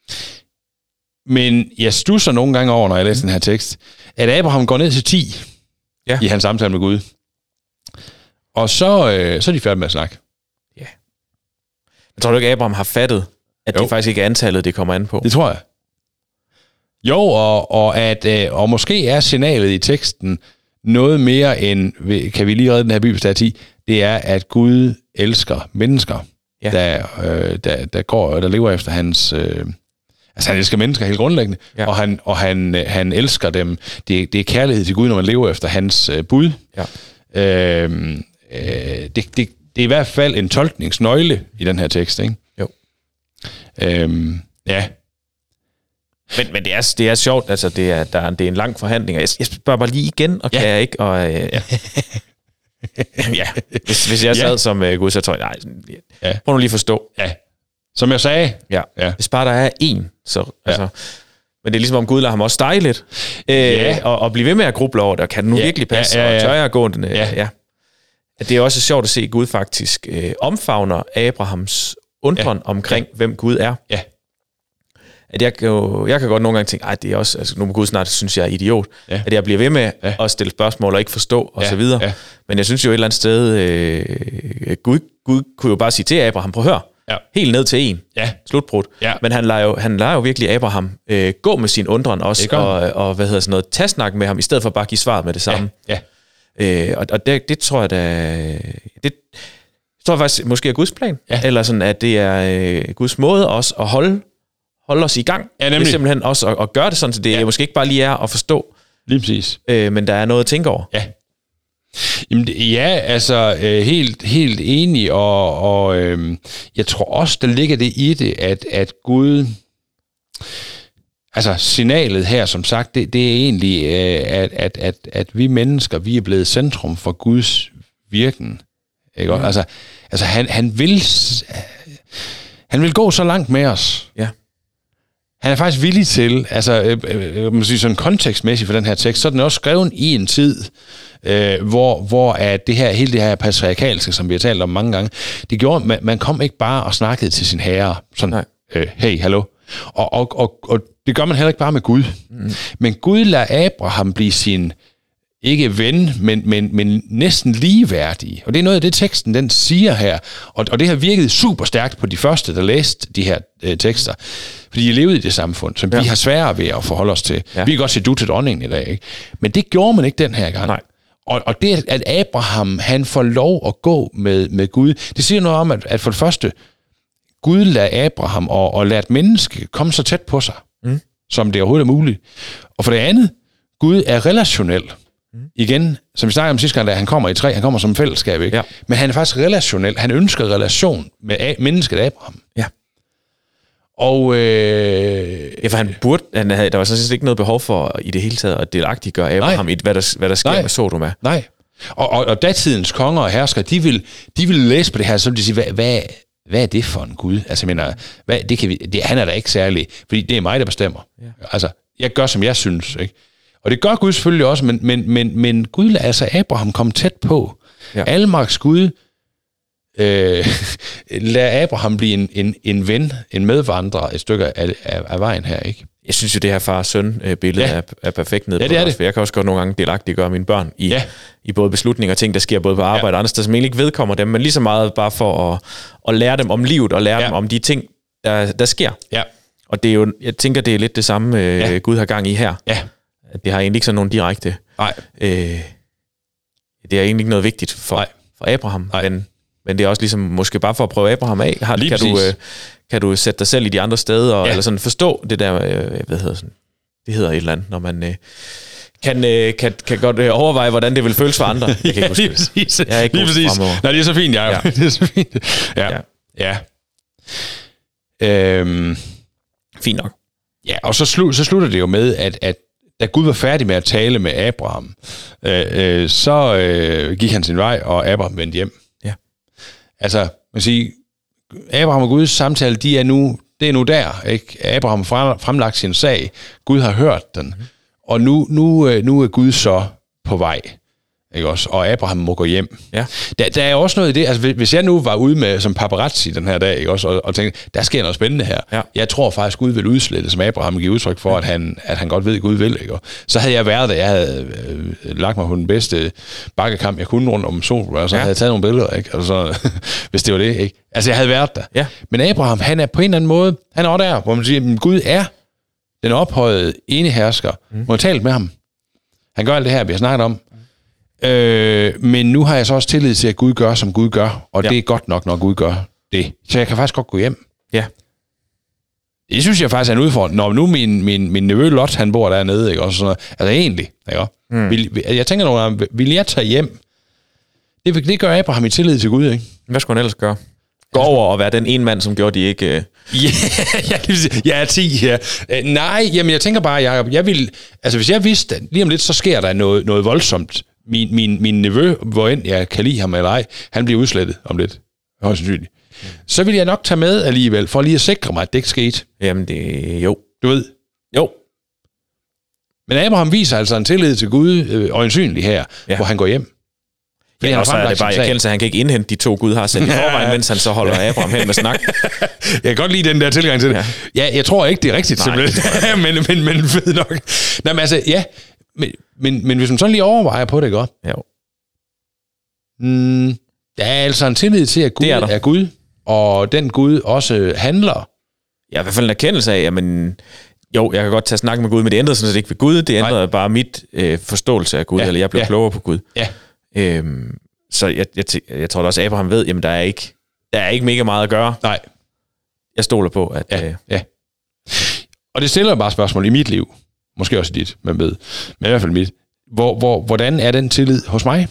men jeg stusser nogle gange over, når jeg læser den her tekst, at Abraham går ned til ti ja. i hans samtale med Gud. Og så, øh, så er de færdige med at snakke. Ja. Jeg tror du ikke, at Abraham har fattet, at jo. det faktisk ikke er antallet, det kommer an på? Det tror jeg. Jo, og, og, at, øh, og måske er signalet i teksten noget mere end, kan vi lige redde den her bibelstad i, det er, at Gud elsker mennesker, ja. der, øh, der, der går og der lever efter hans... Øh, altså, han elsker mennesker helt grundlæggende, ja. og, han, og han, han elsker dem. Det, det er kærlighed til Gud, når man lever efter hans øh, bud. Ja. Øh, øh, det, det, det er i hvert fald en tolkningsnøgle i den her tekst, ikke? Jo. Øh, ja. Men, men det, er, det er sjovt, altså det er, der, det er en lang forhandling, jeg, jeg spørger bare lige igen, og ja. kan jeg ikke, og... Øh, ja. ja, hvis, hvis jeg sad ja. som uh, Gud, så tror jeg, nej, ja. prøv nu lige at forstå. Ja. Som jeg sagde. Ja. ja. Hvis bare der er én, så... Altså, ja. Men det er ligesom, om Gud lader ham også stege lidt, øh, ja. og, og blive ved med at gruble over det, og kan det nu ja. virkelig passe, ja, ja, ja. og tør jeg gå den? Ja. Ja. Det er også sjovt at se, at Gud faktisk øh, omfavner Abrahams undren ja. omkring, ja. hvem Gud er. Ja. At jeg, kan jo, jeg kan godt nogle gange tænke, at det er også, altså nu må Gud snart synes jeg er idiot, ja. at jeg bliver ved med ja. at stille spørgsmål og ikke forstå, og ja. så videre. Ja. Men jeg synes jo et eller andet sted, øh, Gud, Gud kunne jo bare sige til Abraham, prøv at høre, ja. helt ned til en, ja. slutbrud. Ja. Men han lader jo, han lader jo virkelig Abraham øh, gå med sin undren også, og, og hvad hedder sådan noget, tage snak med ham, i stedet for bare at give svaret med det samme. Ja. Ja. Øh, og og det, det tror jeg da, det tror jeg faktisk måske er Guds plan, ja. eller sådan, at det er øh, Guds måde også at holde holde os i gang. Ja, det er simpelthen også at, at gøre det sådan, så det ja. måske ikke bare lige er at forstå. Lige præcis. Øh, men der er noget at tænke over. Ja. Jamen, ja, altså øh, helt, helt enig, og, og øh, jeg tror også, der ligger det i det, at, at Gud, altså signalet her, som sagt, det, det er egentlig, øh, at, at, at, at vi mennesker, vi er blevet centrum for Guds virken. Ikke? Mm. Altså, altså han, han vil han vil gå så langt med os. Ja. Han er faktisk villig til, altså øh, øh, man siger sådan kontekstmæssigt for den her tekst, så er den også skrevet i en tid, øh, hvor, hvor at det her, hele det her patriarkalske, som vi har talt om mange gange, det gjorde, man, man kom ikke bare og snakkede til sin herre, sådan, øh, hey, hallo. Og, og, og, og det gør man heller ikke bare med Gud. Mm. Men Gud lader Abraham blive sin, ikke ven, men, men, men næsten ligeværdig. Og det er noget af det, teksten den siger her. Og, og det har virket super stærkt på de første, der læste de her øh, tekster. Fordi de levede i det samfund, som ja. vi har sværere ved at forholde os til. Ja. Vi kan godt sige du til dronningen i dag, ikke? Men det gjorde man ikke den her gang. Nej. Og, og det, at Abraham, han får lov at gå med, med Gud, det siger noget om, at, at for det første, Gud lader Abraham og, og lader et menneske komme så tæt på sig, mm. som det overhovedet er muligt. Og for det andet, Gud er relationel. Mm. Igen, som vi snakkede om sidste gang, da han kommer i træ, han kommer som fællesskab, ikke? Ja. Men han er faktisk relationel. Han ønsker relation med a- mennesket Abraham. Ja. Og øh, ja, for han burde, han havde, der var sådan set ikke noget behov for i det hele taget at delagtiggøre Abraham i, hvad der, hvad der sker nej. med Sodoma. Nej. Og, og, og datidens konger og herskere, de vil, de vil læse på det her, så vil de sige, hvad, hvad, hvad er det for en Gud? Altså, jeg mener, hvad, det kan vi, det, han er da ikke særlig, fordi det er mig, der bestemmer. Ja. Altså, jeg gør, som jeg synes, ikke? Og det gør Gud selvfølgelig også, men, men, men, men Gud lader altså Abraham komme tæt på. Ja. Almagts Gud øh, lader Abraham blive en, en, en ven, en medvandrer et stykke af, af, af vejen her, ikke? Jeg synes jo, det her far-søn-billede ja. er, er perfekt nede ja, på det os, for jeg kan også godt nogle gange delagtigt gøre mine børn i, ja. i både beslutninger og ting, der sker både på arbejde ja. og andre steder, som egentlig ikke vedkommer dem, men lige så meget bare for at, at lære dem om livet og lære ja. dem om de ting, der, der sker. Ja. Og det er jo, jeg tænker, det er lidt det samme, øh, ja. Gud har gang i her. Ja. Det har egentlig ikke sådan nogen direkte... Nej. Øh, det er egentlig ikke noget vigtigt for, for Abraham, men, men det er også ligesom, måske bare for at prøve Abraham af, har, kan, du, øh, kan du sætte dig selv i de andre steder, og, ja. eller sådan forstå det der, øh, hvad hedder sådan, det hedder et eller andet, når man... Øh, Kan, øh, kan, kan godt øh, overveje, hvordan det vil føles for andre. Jeg kan ikke huske lige præcis. Jeg er ikke lige præcis. Nej, det er så fint, ja. ja. Det er så fint. Ja. Ja. ja. Øhm. Fint nok. Ja, og så, slu, så slutter det jo med, at, at da Gud var færdig med at tale med Abraham, øh, øh, så øh, gik han sin vej, og Abraham vendte hjem. Ja. Altså, man siger, Abraham og Guds samtale, de er nu, det er nu der, ikke? Abraham har fremlagt sin sag. Gud har hørt den. Mm-hmm. Og nu, nu, nu er Gud så på vej, ikke også? Og Abraham må gå hjem. Ja. Der, der er også noget i det, altså hvis jeg nu var ude med som paparazzi den her dag, ikke også, og, og tænkte, der sker noget spændende her. Ja. Jeg tror faktisk, Gud vil udslette, som Abraham giver udtryk for, ja. at, han, at han godt ved, at Gud vil, ikke? Så havde jeg været der, jeg havde øh, lagt mig på den bedste bakkekamp, jeg kunne rundt om sol, og så ja. havde jeg taget nogle billeder, ikke? Altså, hvis det var det, ikke? Altså, jeg havde været der. Ja. Men Abraham, han er på en eller anden måde, han er også der, hvor man siger, at Gud er den ophøjede enehersker, mm. må have talt med ham. Han gør alt det her, vi har snakket om. Mm. Øh, men nu har jeg så også tillid til, at Gud gør, som Gud gør. Og ja. det er godt nok, når Gud gør det. Så jeg kan faktisk godt gå hjem. Ja. Det synes jeg faktisk er en udfordring. Når nu min, min, min nevø Lot, han bor dernede, ikke? Og sådan noget. Altså egentlig, ikke? Mm. Vil, jeg tænker nogle gange, vil jeg tage hjem? Det, det gør Abraham i tillid til Gud, ikke? Hvad skulle han ellers gøre? Gå over og være den ene mand, som gjorde de ikke... Uh... Ja, jeg er ti her. Uh, nej, jamen jeg tænker bare, Jacob, jeg vil... Altså hvis jeg vidste, at lige om lidt, så sker der noget, noget voldsomt. Min, min, min nevø, hvor end jeg kan lide ham eller ej, han bliver udslettet om lidt. Højst sandsynligt. Mm. Så vil jeg nok tage med alligevel, for lige at sikre mig, at det ikke skete. Jamen det... Jo. Du ved? Jo. Men Abraham viser altså en tillid til Gud, øh, øjensynlig her, ja. hvor han går hjem. Ja, og så er det bare, jeg kender, at han kan ikke indhente de to Gud har sendt i forvejen, mens han så holder Abraham hen med snak. Jeg kan godt lide den der tilgang til det. Ja, ja jeg tror ikke, det er rigtigt, nej, simpelthen. men, men, men ved nok. Nej, men altså, ja. Men, men, men hvis man sådan lige overvejer på det, godt. Ja. Mm, der er altså en tillid til, at Gud er, er Gud, og den Gud også handler. Ja, i hvert fald en erkendelse af, jamen... Jo, jeg kan godt tage snak med Gud, men det ændrede sådan set ikke ved Gud. Det ændrede nej. bare mit øh, forståelse af Gud, ja, eller jeg blev ja. klogere på Gud. Ja. Øhm, så jeg, jeg, jeg tror da også, at Abraham ved, jamen der er ikke, der er ikke mega meget at gøre. Nej. Jeg stoler på, at... Ja, øh, ja. Og det stiller bare spørgsmål i mit liv. Måske også i dit, man ved. Men i hvert fald mit. Hvor, hvor, hvordan er den tillid hos mig?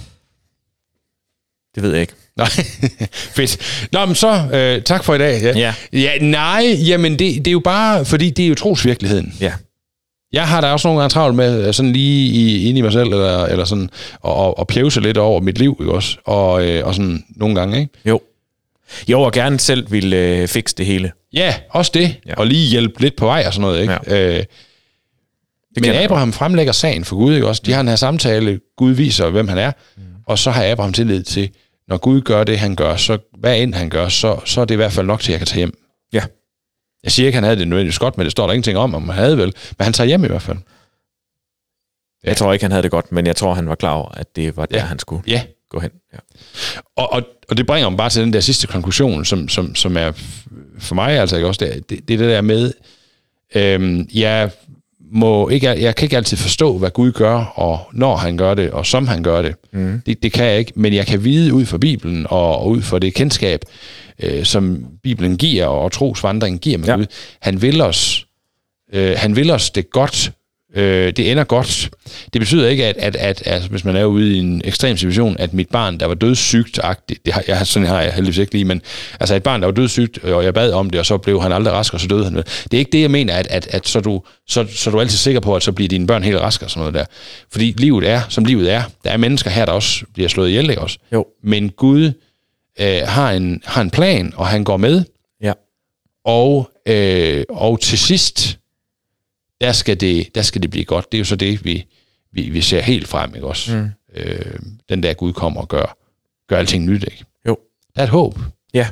Det ved jeg ikke. Nej, fedt. Nå, men så, øh, tak for i dag. Ja. Ja. Ja, nej, jamen det, det er jo bare, fordi det er jo trosvirkeligheden. Ja. Jeg har da også nogle gange travlt med sådan lige i, inde i mig selv, eller, eller sådan, og, og pjevse lidt over mit liv, ikke også? Og, øh, og sådan nogle gange, ikke? Jo. Jo, og gerne selv vil øh, fikse det hele. Ja, også det. Ja. Og lige hjælpe lidt på vej og sådan noget, ikke? Ja. Øh, men Abraham fremlægger sagen for Gud, ikke også? De har den her samtale, Gud viser, hvem han er, mm. og så har Abraham tillid til, når Gud gør det, han gør, så hvad end han gør, så, så er det i hvert fald nok til, at jeg kan tage hjem. Ja. Jeg siger ikke, han havde det nødvendigvis godt, men det står der ingenting om, om han havde vel. Men han tager hjem i hvert fald. Ja. Jeg tror ikke, han havde det godt, men jeg tror, han var klar over, at det var der, ja. han skulle ja. gå hen. Ja. Og, og, og det bringer mig bare til den der sidste konklusion, som, som, som er for mig altså ikke også, det, det, det der med, øhm, jeg, må ikke, jeg kan ikke altid forstå, hvad Gud gør, og når han gør det, og som han gør det. Mm. Det, det kan jeg ikke, men jeg kan vide ud fra Bibelen, og, og ud fra det kendskab, øh, som Bibelen giver, og trosvandringen giver med ja. Gud. Han vil os, øh, han vil os det godt, øh, det ender godt. Det betyder ikke, at, at, at, at hvis man er ude i en ekstrem situation, at mit barn, der var dødssygt-agtigt, det har, jeg, sådan har jeg heldigvis ikke lige, men altså et barn, der var dødssygt, og jeg bad om det, og så blev han aldrig rask, og så døde han. Det er ikke det, jeg mener, at, at, at så, du, så, så er du altid sikker på, at så bliver dine børn helt raske og sådan noget der. Fordi livet er, som livet er. Der er mennesker her, der også bliver slået ihjel, ikke også? Jo. Men Gud øh, har, en, har en plan, og han går med. Ja. Og, øh, og til sidst, der skal, det, der skal det blive godt. Det er jo så det, vi, vi, vi ser helt frem, ikke også? Mm. Øh, den der Gud kommer og gør, gør alting nyt, ikke? Jo. Der er et håb. Ja.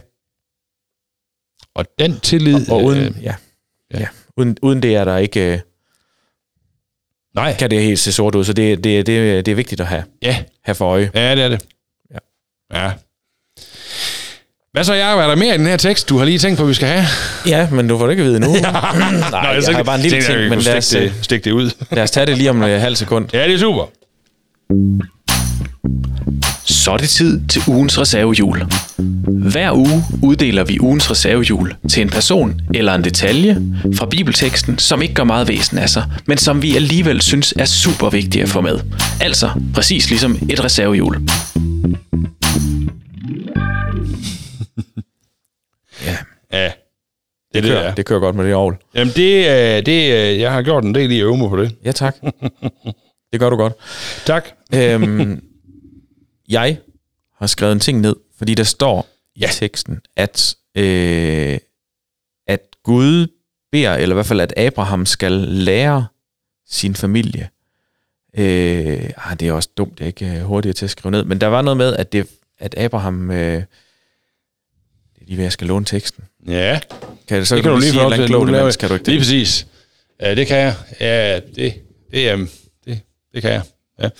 Og den tillid... Og, og uden, øh, ja. Ja. Ja. Uden, uden det er der ikke... Øh, nej. Kan det helt se sort ud, så det, det, det, det er vigtigt at have, ja. have for øje. Ja, det er det. Ja. Ja. Hvad så, Jacob? Er der mere i den her tekst, du har lige tænkt på, vi skal have? Ja, men du får det ikke at vide nu. Nej, Nå, jeg, jeg har bare en lille ting, men lad os, det, stik det ud. Lad os tage det lige om en halv sekund. Ja, det er super. Så er det tid til ugens reservehjul. Hver uge uddeler vi ugens reservehjul til en person eller en detalje fra bibelteksten, som ikke gør meget væsen af sig, men som vi alligevel synes er super vigtige at få med. Altså præcis ligesom et reservehjul. Ja. Ja. Det, det, kører, det, det kører godt med det ovl. Jamen det, det, jeg har gjort en del i at øve mig på det. Ja, tak. Det gør du godt. Tak. Øhm, jeg har skrevet en ting ned, fordi der står ja. i teksten, at, øh, at Gud beder, eller i hvert fald at Abraham skal lære sin familie. Øh, ah, det er også dumt, jeg er ikke hurtigere til at skrive ned, men der var noget med, at, det, at Abraham... Øh, lige ved, jeg skal låne teksten. Ja. Kan det så det kan du lige få klogt, imens, kan du ikke det? Lige præcis. Ja, det kan jeg. Ja, det, det, um, det, det kan jeg. Ja.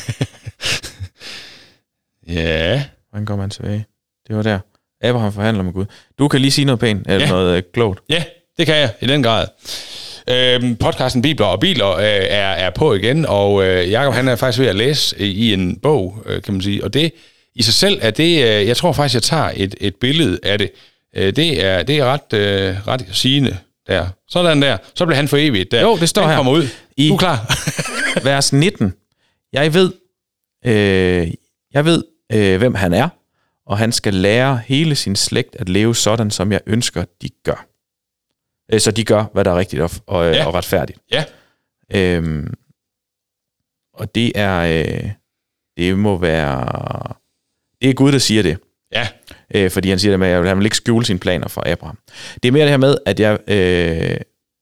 Ja. Hvordan går man tilbage? Det var der. Abraham forhandler med Gud. Du kan lige sige noget pænt, eller ja. noget øh, klogt. Ja, det kan jeg, i den grad. Øhm, podcasten Bibler og Biler øh, er, er på igen, og øh, Jacob han er faktisk ved at læse i, i en bog, øh, kan man sige, og det i sig selv er det, øh, jeg tror faktisk, jeg tager et, et billede af det. Øh, det, er, det er ret, øh, ret sigende der. Sådan der. Så bliver han for evigt der. Jo, det står han her. Kommer ud. I du er klar. vers nitten. Jeg ved, øh, jeg ved øh, hvem han er, og han skal lære hele sin slægt at leve sådan, som jeg ønsker, de gør. Øh, så de gør, hvad der er rigtigt og, og, ja. og retfærdigt. Ja. Øhm, og det er, øh, det må være, det er Gud, der siger det. Ja. Øh, fordi han siger det med, at han vil ikke skjule sine planer for Abraham. Det er mere det her med, at jeg, øh,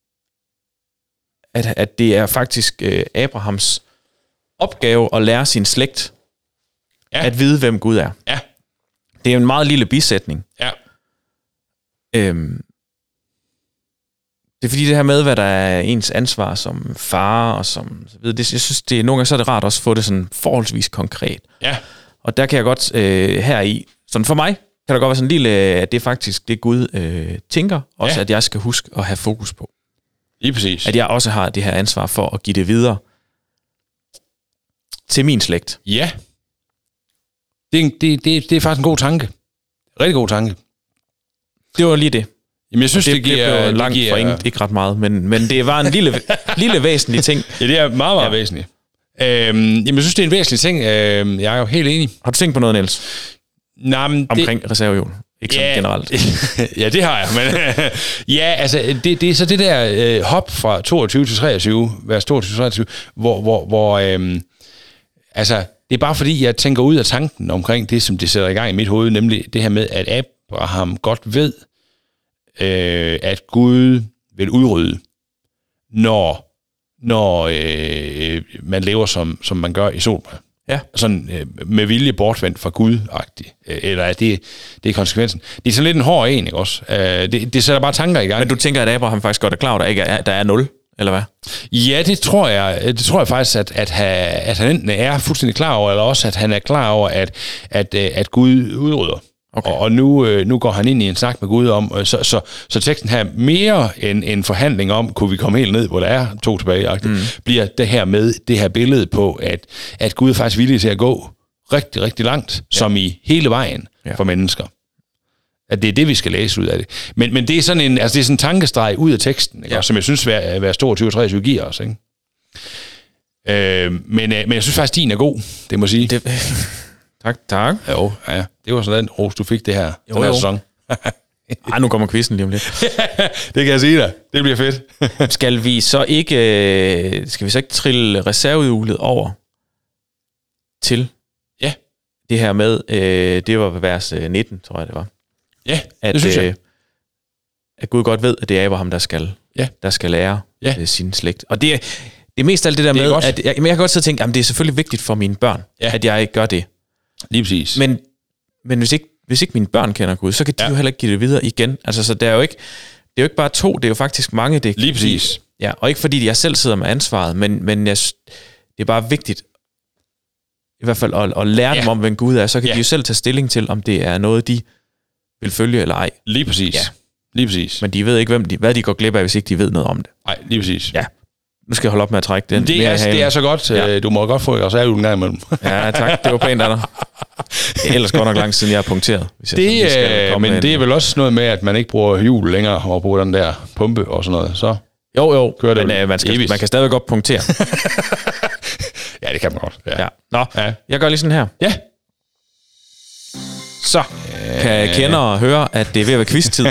at, at det er faktisk øh, Abrahams opgave at lære sin slægt ja. at vide, hvem Gud er. Ja. Det er en meget lille bisætning. Ja. Øhm, det er fordi det her med, hvad der er ens ansvar som far og som ved det, jeg synes det er nogle gange så er det rart også at få det sådan forholdsvis konkret. Ja. Og der kan jeg godt øh, her i sådan for mig kan der godt være sådan en lille at det er faktisk det Gud øh, tænker også ja. at jeg skal huske at have fokus på. Lige præcis. At jeg også har det her ansvar for at give det videre til min slægt. Ja. Det er, det, det, det er faktisk en god tanke. Rigtig god tanke. Det var lige det. Jamen, jeg synes, det, det giver... Det langt det giver, for ingen, ikke ret meget, men, men det var en lille, lille væsentlig ting. Ja, det er meget, meget ja. væsentligt. Øhm, jamen, jeg synes, det er en væsentlig ting. Øhm, jeg er jo helt enig. Har du tænkt på noget, Niels? Nej, men omkring det... reservehjul? Ikke ja, generelt. Ja, det har jeg. Men ja, altså, det, det er så det der øh, hop fra toogtyve til treogtyve, vers toogtyve til treogtyve, hvor... hvor, hvor øhm, altså, det er bare fordi, jeg tænker ud af tanken omkring det, som det sætter i gang i mit hoved, nemlig det her med, at Abraham godt ved, øh, at Gud vil udrydde, når, når øh, man lever, som, som man gør i Sodoma. Ja. Sådan øh, med vilje bortvendt fra Gud-agtigt. Øh, eller er det, det er konsekvensen. Det er sådan lidt en hård en, ikke også? Øh, det, det sætter bare tanker i gang. Men du tænker, at Abraham faktisk godt er klar, at der ikke er, der er nul? Eller hvad? Ja, det tror jeg. Det tror jeg faktisk, at, at, at han enten er fuldstændig klar over, eller også, at han er klar over, at, at, at Gud udrydder. Okay. Og, og nu, nu går han ind i en snak med Gud om, så, så, så teksten her mere end en forhandling om, kunne vi komme helt ned, hvor der er to tilbage, mm. bliver det her med det her billede på, at, at Gud er faktisk villig til at gå rigtig, rigtig langt, ja. Som i hele vejen ja. For mennesker. At det er det, vi skal læse ud af det. Men, men det er sådan en, altså det er sådan en tankestreg ud af teksten, ikke? Ja. Som jeg synes, hver, hver toogtyve og treogtyve giver os. Ikke? Øh, men, øh, men jeg synes faktisk, din er god, det må jeg sige. Det, tak, tak. Jo, ja, det var sådan en ros, du fik det her, jo, den her jo. Sæson. Ej, nu kommer quizzen lige om lidt. Det kan jeg sige dig. Det bliver fedt. Skal vi så ikke, øh, skal vi så ikke trille reservehjulet over til ja. Det her med, øh, det var vers nitten, tror jeg det var. Ja, at, det synes jeg. Øh, at Gud godt ved, at det er Abraham, der skal, ja. der skal lære ja. øh, sin slægt. Og det er, det er mest alt det der det med, godt. At jeg, men jeg kan godt så tænke, at det er selvfølgelig vigtigt for mine børn, ja. At jeg ikke gør det. Lige præcis. Men, men hvis, ikke, hvis ikke mine børn kender Gud, så kan de ja. Jo heller ikke give det videre igen. Altså, så det er jo ikke, det er jo ikke bare to, det er jo faktisk mange. Det, lige præcis. Ja, og ikke fordi jeg selv sidder med ansvaret, men, men jeg, det er bare vigtigt, i hvert fald at, at lære ja. Dem om, hvem Gud er, så kan ja. De jo selv tage stilling til, om det er noget, de vil følge eller ej. Lige præcis. Ja. Lige præcis. Men de ved ikke, hvem de, hvad de går glip af, hvis ikke de ved noget om det. Nej, lige præcis. Ja. Nu skal jeg holde op med at trække den. Det er, det er så godt. Ja. Du må godt få et reservehjul en gang imellem. Ja, tak. Det var pænt af dig. Det er ellers godt nok lang siden, jeg har punkteret. Hvis det, jeg sådan, men det er vel også noget med, at man ikke bruger hjul længere og bruger den der pumpe og sådan noget. Så jo, jo. Kører det men øh, man, skal, man kan stadig godt punktere. Ja, det kan man godt. Ja. Ja. Nå, ja. Jeg gør lige sådan her. Ja. Så kan jeg kende og høre, at det er ved at være quiz-tid.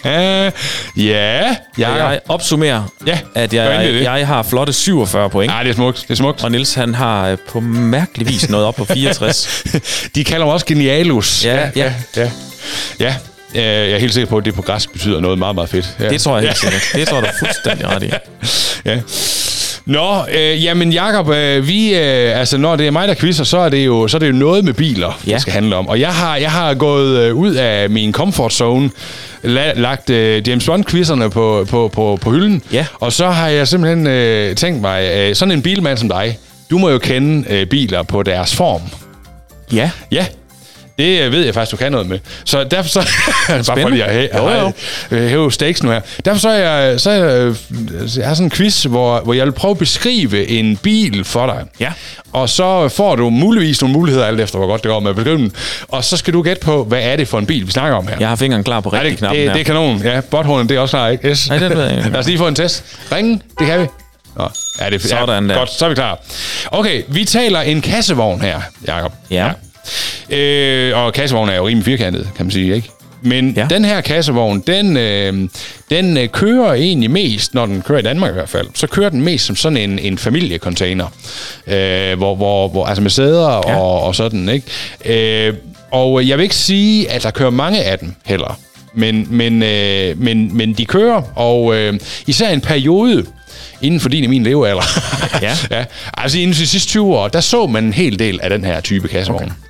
Ja. Jeg opsummerer, ja. at jeg, jeg har flotte syvogfyrre point. Ja, det er smukt. Det er smukt. Og Niels, han har på mærkelig vis nået op på fireogtres. De kalder mig også genialus. Ja, ja. Ja. Ja. Jeg er helt sikker på, at det på græsk betyder noget meget, meget fedt. Ja. Det tror jeg helt sikkert. Det tror jeg, du er fuldstændig ret i. Ja. Nå, øh, jamen Jacob, øh, vi, øh, altså når det er mig, der quizzer, så er det jo, så er det jo noget med biler, ja. Det skal handle om. Og jeg har, jeg har gået øh, ud af min comfort zone, la, lagt øh, James Bond-quizzerne på, på, på, på hylden, ja. Og så har jeg simpelthen øh, tænkt mig, øh, sådan en bilmand som dig, du må jo kende øh, biler på deres form. Ja. Ja. Det ved jeg faktisk, du kan noget med. Så derfor så... bare for lige at hæve, hæve stakes nu her. Derfor så er jeg, så er jeg, jeg har sådan en quiz, hvor, hvor jeg vil prøve at beskrive en bil for dig. Ja. Og så får du muligvis nogle muligheder, alt efter hvor godt det går med at beskrive den. Og så skal du gætte på, hvad er det for en bil, vi snakker om her. Jeg har fingeren klar på rigtig knappen her. Det, det er kanon. Ja, botthornen, det er også klar, ikke? Yes. Nej, det ved jeg ikke. Lad os lige få en test. Ringen, det kan vi. Nå, ja, det er sådan ja, der. Godt, så er vi klar. Okay, vi taler en kassevogn her, Jacob. Ja. ja. Øh, og kassevognen er jo rimelig firkantet, kan man sige, ikke? Men ja. Den her kassevogn, den, øh, den øh, kører egentlig mest, når den kører i Danmark i hvert fald, så kører den mest som sådan en, en familiecontainer, øh, hvor, hvor, hvor, altså med sæder ja. og, og sådan, ikke? Øh, og jeg vil ikke sige, at der kører mange af dem heller, men, men, øh, men, men de kører, og øh, især en periode, inden for din og min levealder, ja. ja, altså inden for de sidste tyve år, der så man en hel del af den her type kassevogn. Okay.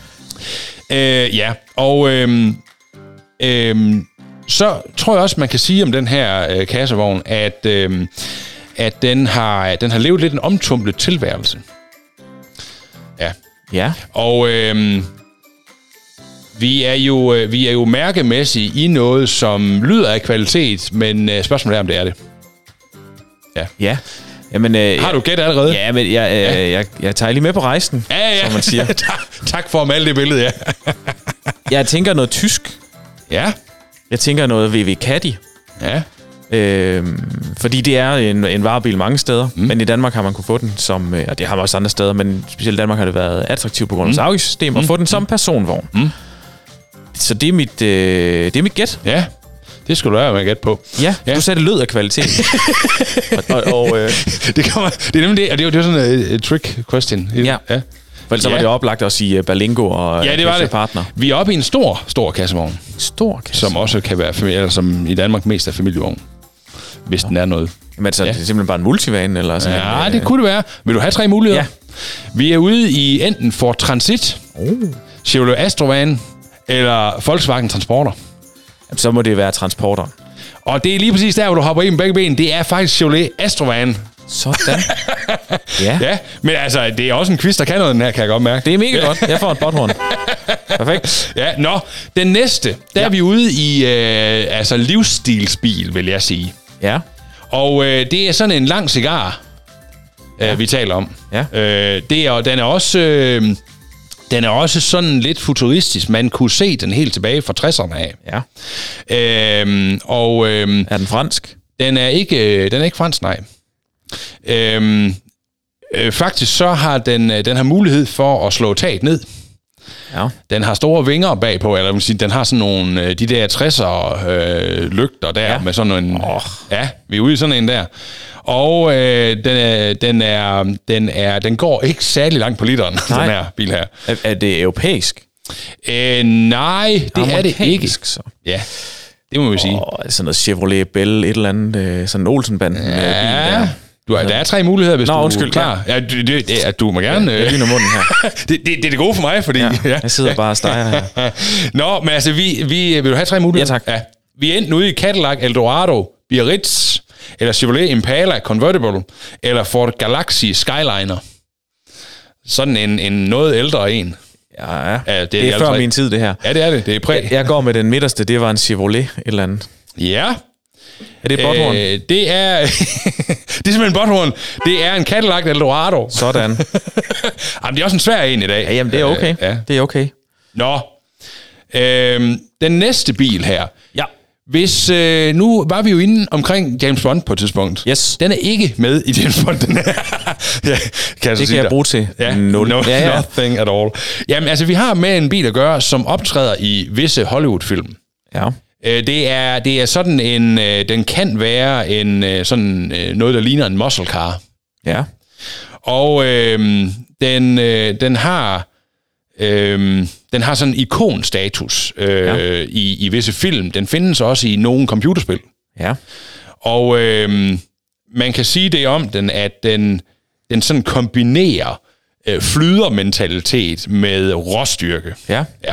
Øh, ja, og øhm, øhm, så tror jeg også, man kan sige om den her øh, kassevogn, at, øhm, at den, har, den har levet lidt en omtumlet tilværelse. Ja. Ja. Og øhm, vi, er jo, øh, vi er jo mærkemæssigt i noget, som lyder af kvalitet, men øh, spørgsmålet er, om det er det. Ja. Ja. Jamen, øh, har du gæt allerede? Ja, men jeg, øh, ja. jeg, jeg tager lige med på rejsen, ja, ja. som man siger. Tak for at male det billede, ja. Jeg tænker noget tysk. Ja. Jeg tænker noget V W Caddy. Ja. Øh, fordi det er en, en varebil mange steder, mm. men i Danmark har man kunne få den som, og det har man også andre steder, men specielt i Danmark har det været attraktivt på grund af mm. afgiftssystem mm. at få den som personvogn. Mm. Så det er mit, øh, det er mit gæt. Ja. Det skulle du være med at gætte på. Ja, ja, du sagde, det lød af kvalitet. og, og, og, øh, det, kommer, det er nemlig det, og det er jo sådan en uh, trick question. Ja. ja. For ellers ja. var det oplagt at sige Berlingo og ja, det var det. Partner. Vi er oppe i en stor, stor kassevogn. Stor kassevogn. Som også kan være familie, eller som i Danmark mest er familievogn. Hvis ja. Den er noget. Men så ja. Det er simpelthen bare en multivan eller sådan. Ja, en, det øh... kunne det være. Vil du have tre muligheder? Ja. Vi er ude i enten Ford Transit, oh. Chevrolet Astrovan eller Volkswagen Transporter. Jamen, så må det være transporteren. Og det er lige præcis der, hvor du hopper i med begge ben. Det er faktisk Chevrolet Astrovan. Sådan. Ja. Ja, men altså, det er også en quiz, der kan noget, den her, kan jeg godt mærke. Det er mega godt. Jeg får et botthorn. Perfekt. Ja, nå. Den næste, der ja. Er vi ude i øh, altså livsstilsbil, vil jeg sige. Ja. Og øh, det er sådan en lang cigar, øh, ja. Vi taler om. Ja. Øh, det er, den er også... Øh, Den er også sådan lidt futuristisk. Man kunne se den helt tilbage fra tresserne af. Ja. Øhm, og, øhm, er den fransk? Den er ikke, den er ikke fransk, nej. Øhm, øh, faktisk så har den, den har mulighed for at slå taget ned. Ja. Den har store vinger bagpå, eller man sige, den har sådan nogle, de der tresser øh, lygter der, ja. Med sådan en... Oh. Ja, vi er ude i sådan en der. Og øh, den, er, den, er, den, er, den går ikke særlig langt på literen, den her bil her. Er, er det europæisk? Øh, nej, det er det ikke. Så. Ja, det må vi sige. Og sådan noget Chevrolet Bell, et eller andet, sådan en Olsenbanden ja. Bil der. Du har, der er tre muligheder, hvis Nå, du undskyld, er klar. Ja, det, det, det, du må gerne... Ja, jeg lyner munden her. det, det, det er det gode for mig, fordi... Ja, ja. Jeg sidder bare og steger her. Nå, men altså, vi, vi, vil du have tre muligheder? Ja, tak. Ja. Vi er enten ude i Cadillac Eldorado, Biarritz, eller Chevrolet Impala Convertible, eller Ford Galaxy Skyliner. Sådan en, en noget ældre en. Ja, ja. ja det, det er, er før tre. Min tid, det her. Ja, det er det. Det er præ. Jeg, jeg går med den midterste, det var en Chevrolet et eller andet. Ja. Er det et botthorn? Øh, det er... det er simpelthen en botthorn. Det er en Cadillac Eldorado. Sådan. Jamen, det er også en svær en i dag. Ja, jamen, det er okay. Øh, ja. Det er okay. Nå. Øh, den næste bil her. Ja. Hvis... Øh, nu var vi jo inde omkring James Bond på et tidspunkt. Yes. Den er ikke med i James Bond, den her. ja, kan jeg det kan jeg bruge til. Ja, Nul. No, ja, ja. Nothing at all. Jamen, altså, vi har med en bil at gøre, som optræder i visse Hollywood-film. Ja. Det er, det er sådan en, den kan være en sådan noget, der ligner en muscle car. Ja. Og øh, den, øh, den har øh, den har sådan en ikonstatus øh, ja. i, i visse film. Den findes også i nogle computerspil. Ja. Og øh, man kan sige det om den, at den, den sådan kombinerer øh, flydermentalitet med råstyrke. Ja. Ja.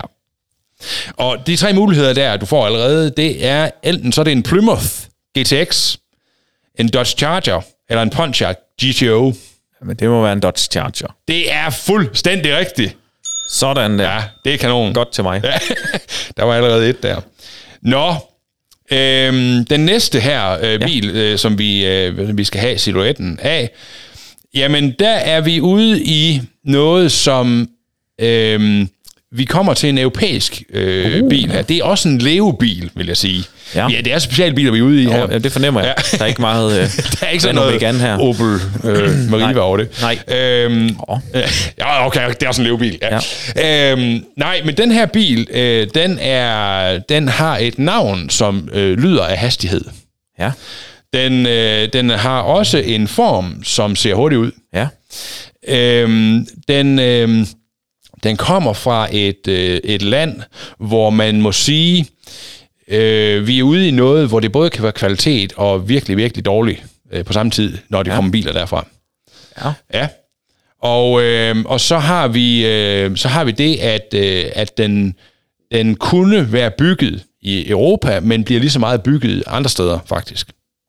Og de tre muligheder der, du får allerede, det er enten så er det en Plymouth G T X, en Dodge Charger eller en Pontiac G T O. Men det må være en Dodge Charger. Det er fuldstændig rigtigt. Sådan der. Ja, det er kanon. Godt til mig. Ja, der var allerede et der. Nå, øhm, den næste her øh, bil, ja. øh, som vi, øh, vi skal have silhuetten af, jamen der er vi ude i noget, som... Øh, vi kommer til en europæisk øh, uh. bil her. Det er også en Leo-bil, vil jeg sige. Ja, ja det er specialbiler, vi er ude i her. Ja, det fornemmer jeg. Ja. Der er ikke meget... Øh, der er ikke sådan noget vegan her. Opel øh, Mariva over det. Nej. Øhm, oh. Ja, okay, det er også en Leo-bil. Ja. Ja. Øhm, nej, men den her bil, øh, den, er, den har et navn, som øh, lyder af hastighed. Ja. Den, øh, den har også en form, som ser hurtigt ud. Ja. Øhm, den... Øh, Den kommer fra et, øh, et land, hvor man må sige, øh, vi er ude i noget, hvor det både kan være kvalitet og virkelig, virkelig dårligt øh, på samme tid, når det ja. kommer biler derfra. Ja. Ja. Og, øh, og så har vi øh, så har vi det, at, øh, at den, den kunne være bygget i Europa, men bliver lige så meget bygget andre steder, faktisk.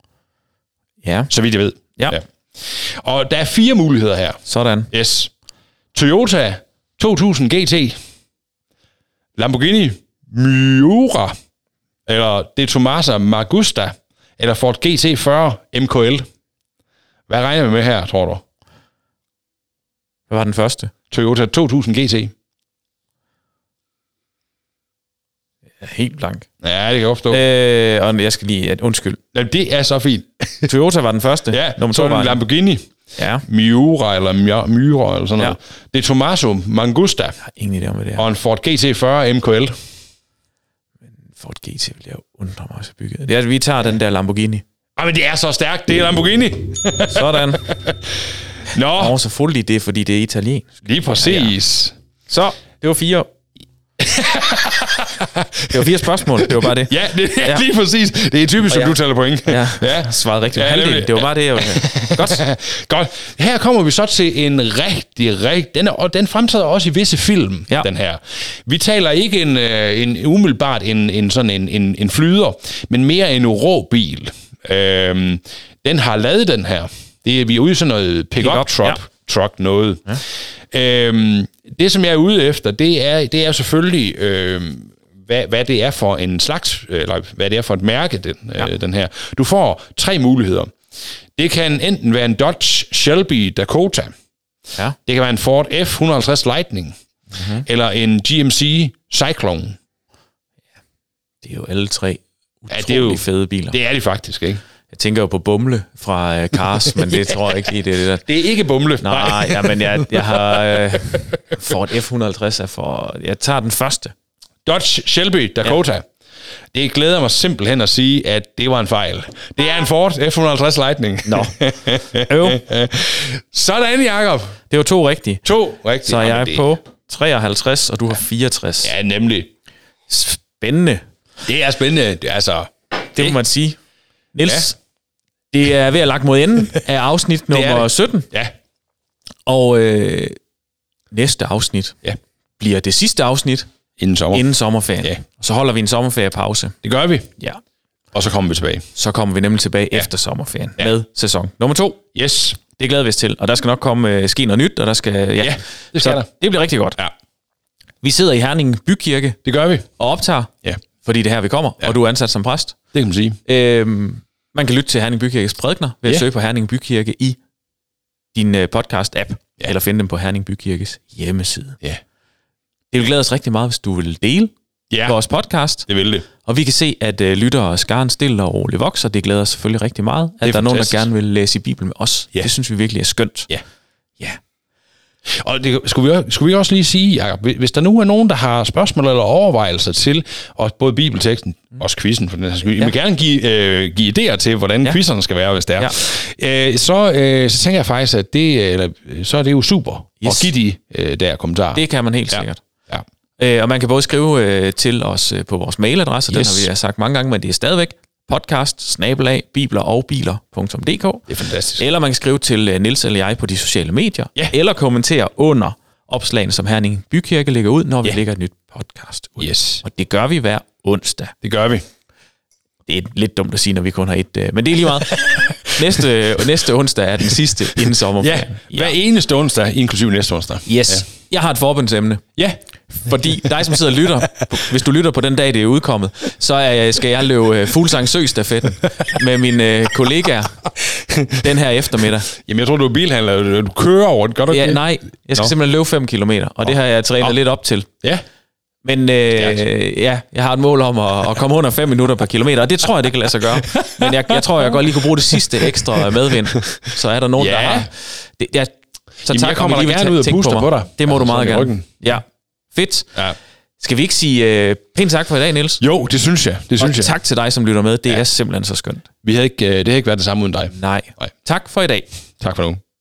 Ja. Så vidt jeg ved. Ja. ja. Og der er fire muligheder her. Sådan. Yes. Toyota to tusind G T, Lamborghini Miura, eller De Tomaso Magusta, eller Ford G T fyrre M K L. Hvad regner vi med her, tror du? Hvad var den første? Toyota to tusind G T. Helt blank. Ja, det kan jeg opstå. Øh, og jeg skal lige... Undskyld. Jamen, det er så fint. Toyota var den første. Ja, nummer to var en Lamborghini. Ja. Miura, eller Miura, eller sådan noget. Ja. De Tomaso Magusta. Jeg har ingen idé om, hvad det er. Og en Ford G T fyrre M K L. Men Ford G T vil jeg undre mig også bygget. Det er, at vi tager den der Lamborghini. Ah, men det er så stærkt. Det er Lamborghini. Sådan. Nå. Og selvfølgelig det, fordi det er italiensk. Lige præcis. Ja, ja. Så, det var fire... Det var fire spørgsmål, det var bare det. Ja, det er ja. lige præcis. Det er typisk, som du tæller point. Ja, ja. Svarede rigtigt. Ja, det, det var bare det, jeg var. Godt. Godt. Her kommer vi så til en rigtig, rigtig... Den, er, og den fremtræder også i visse film, ja. den her. Vi taler ikke en, en umiddelbart en, en, sådan en, en, en flyder, men mere en rå bil. Øhm, den har lavet den her. Det er, vi er ude i sådan noget pick-up truck, ja. truck noget. Ja. Øhm, det, som jeg er ude efter, det er, det er selvfølgelig, øh, hvad, hvad det er for en slags, eller hvad det er for et mærke, den, ja. øh, den her. Du får tre muligheder. Det kan enten være en Dodge Shelby Dakota. Ja. Det kan være en Ford F et hundrede og halvtreds Lightning. Mm-hmm. Eller en G M C Cyclone. Ja. Det er jo alle tre utrolig ja, det er jo, fede biler. Det er de faktisk, ikke? Jeg tænker jo på Bumle fra uh, Cars, men det tror jeg ikke lige, det er det der. Det er ikke Bumle. Nej, ja, men jeg, jeg har... Uh, Ford F et hundrede og halvtreds er for... Jeg tager den første. Dodge Shelby Dakota. Ja. Det glæder mig simpelthen at sige, at det var en fejl. Det er en Ford F et hundrede og halvtreds Lightning. Nå. Øv. Sådan, Jacob. Det var to rigtige. To rigtige. Så jeg er det... på treoghalvtreds, og du har fireogtres. Ja, nemlig. Spændende. Det er spændende. Det er altså... Det, det må man sige. Niels, ja. Det er ved at lagt mod enden af afsnit nummer sytten. Ja. Og øh, næste afsnit ja. bliver det sidste afsnit inden, sommer. inden sommerferien. Ja. Og så holder vi en sommerferiepause. Det gør vi. Ja. Og så kommer vi tilbage. Så kommer vi nemlig tilbage ja. efter sommerferien ja. med sæson nummer to. Yes. Det glæder vi os til. Og der skal nok komme øh, ske noget nyt, og der skal... Ja, ja det skal så der. Det bliver rigtig godt. Ja. Vi sidder i Herning Bykirke. Det gør vi. Og optager, ja. fordi det er her, vi kommer, ja. Og du er ansat som præst. Det kan man sige. Øhm, man kan lytte til Herning Bykirkes prædikener ved at ja. søge på Herning Bykirke i din podcast-app, ja. eller finde dem på Herning Bykirkes hjemmeside. Ja. Det vil glæde os rigtig meget, hvis du vil dele ja. vores podcast. Det vil det. Og vi kan se, at uh, lyttere og skaren stille og roligt vokser. Det glæder os selvfølgelig rigtig meget, at der er nogen, der gerne vil læse i Bibelen med os. Ja. Det synes vi virkelig er skønt. Ja. Ja. Og det, skulle, vi, skulle vi også lige sige, Jacob, hvis der nu er nogen, der har spørgsmål eller overvejelser til og både bibelteksten, mm. også quizzen, for den her skyld, ja. I vil gerne give, øh, give idéer til, hvordan ja. quizzerne skal være, hvis det er, ja. øh, så, øh, så tænker jeg faktisk, at det, eller, så er det jo super yes. at give de øh, der kommentarer. Det kan man helt ja. sikkert. Ja. Øh, og man kan både skrive øh, til os øh, på vores mailadresse, yes. den har vi sagt mange gange, men det er stadigvæk podcast snabel-a bibler og biler punktum d k. Det er fantastisk. Eller man kan skrive til Niels eller jeg på de sociale medier, ja. eller kommentere under opslagene, som Herning Bykirke lægger ud, når vi ja. lægger et nyt podcast ud. Yes. Og det gør vi hver onsdag. Det gør vi. Det er lidt dumt at sige, når vi kun har et, men det er lige meget. næste, næste onsdag er den sidste inden sommerferien. Ja, hver eneste onsdag, inklusive næste onsdag. Yes. Ja. Jeg har et forbundsemne. Ja. Fordi dig, som sidder og lytter, hvis du lytter på den dag, det er udkommet, så skal jeg løbe Fuglsang Sø-stafetten med mine kollegaer den her eftermiddag. Jamen, jeg tror, du er bilhandler. Du kører over det, gør du ikke? Ja, nej, jeg skal Nå. simpelthen løbe fem kilometer, og Nå. det har jeg trænet Nå. lidt op til. Ja. Men øh, ja, jeg har et mål om at, at komme under fem minutter per kilometer, og det tror jeg, det kan lade sig gøre. Men jeg, jeg tror, jeg godt lige kunne bruge det sidste ekstra medvind. Så er der nogen, ja. der har... Det, ja, så Jamen, tak, jeg kommer da gerne ud og puster på, på dig. Det må altså, du meget gerne. Ja, fedt. Ja. Skal vi ikke sige uh, pænt tak for i dag, Niels? Jo, det synes jeg. Det synes og jeg. tak til dig, som lytter med. Det ja. er simpelthen så skønt. Vi havde ikke, det havde ikke været det samme uden dig. Nej. Nej. Tak for i dag. Tak for nu.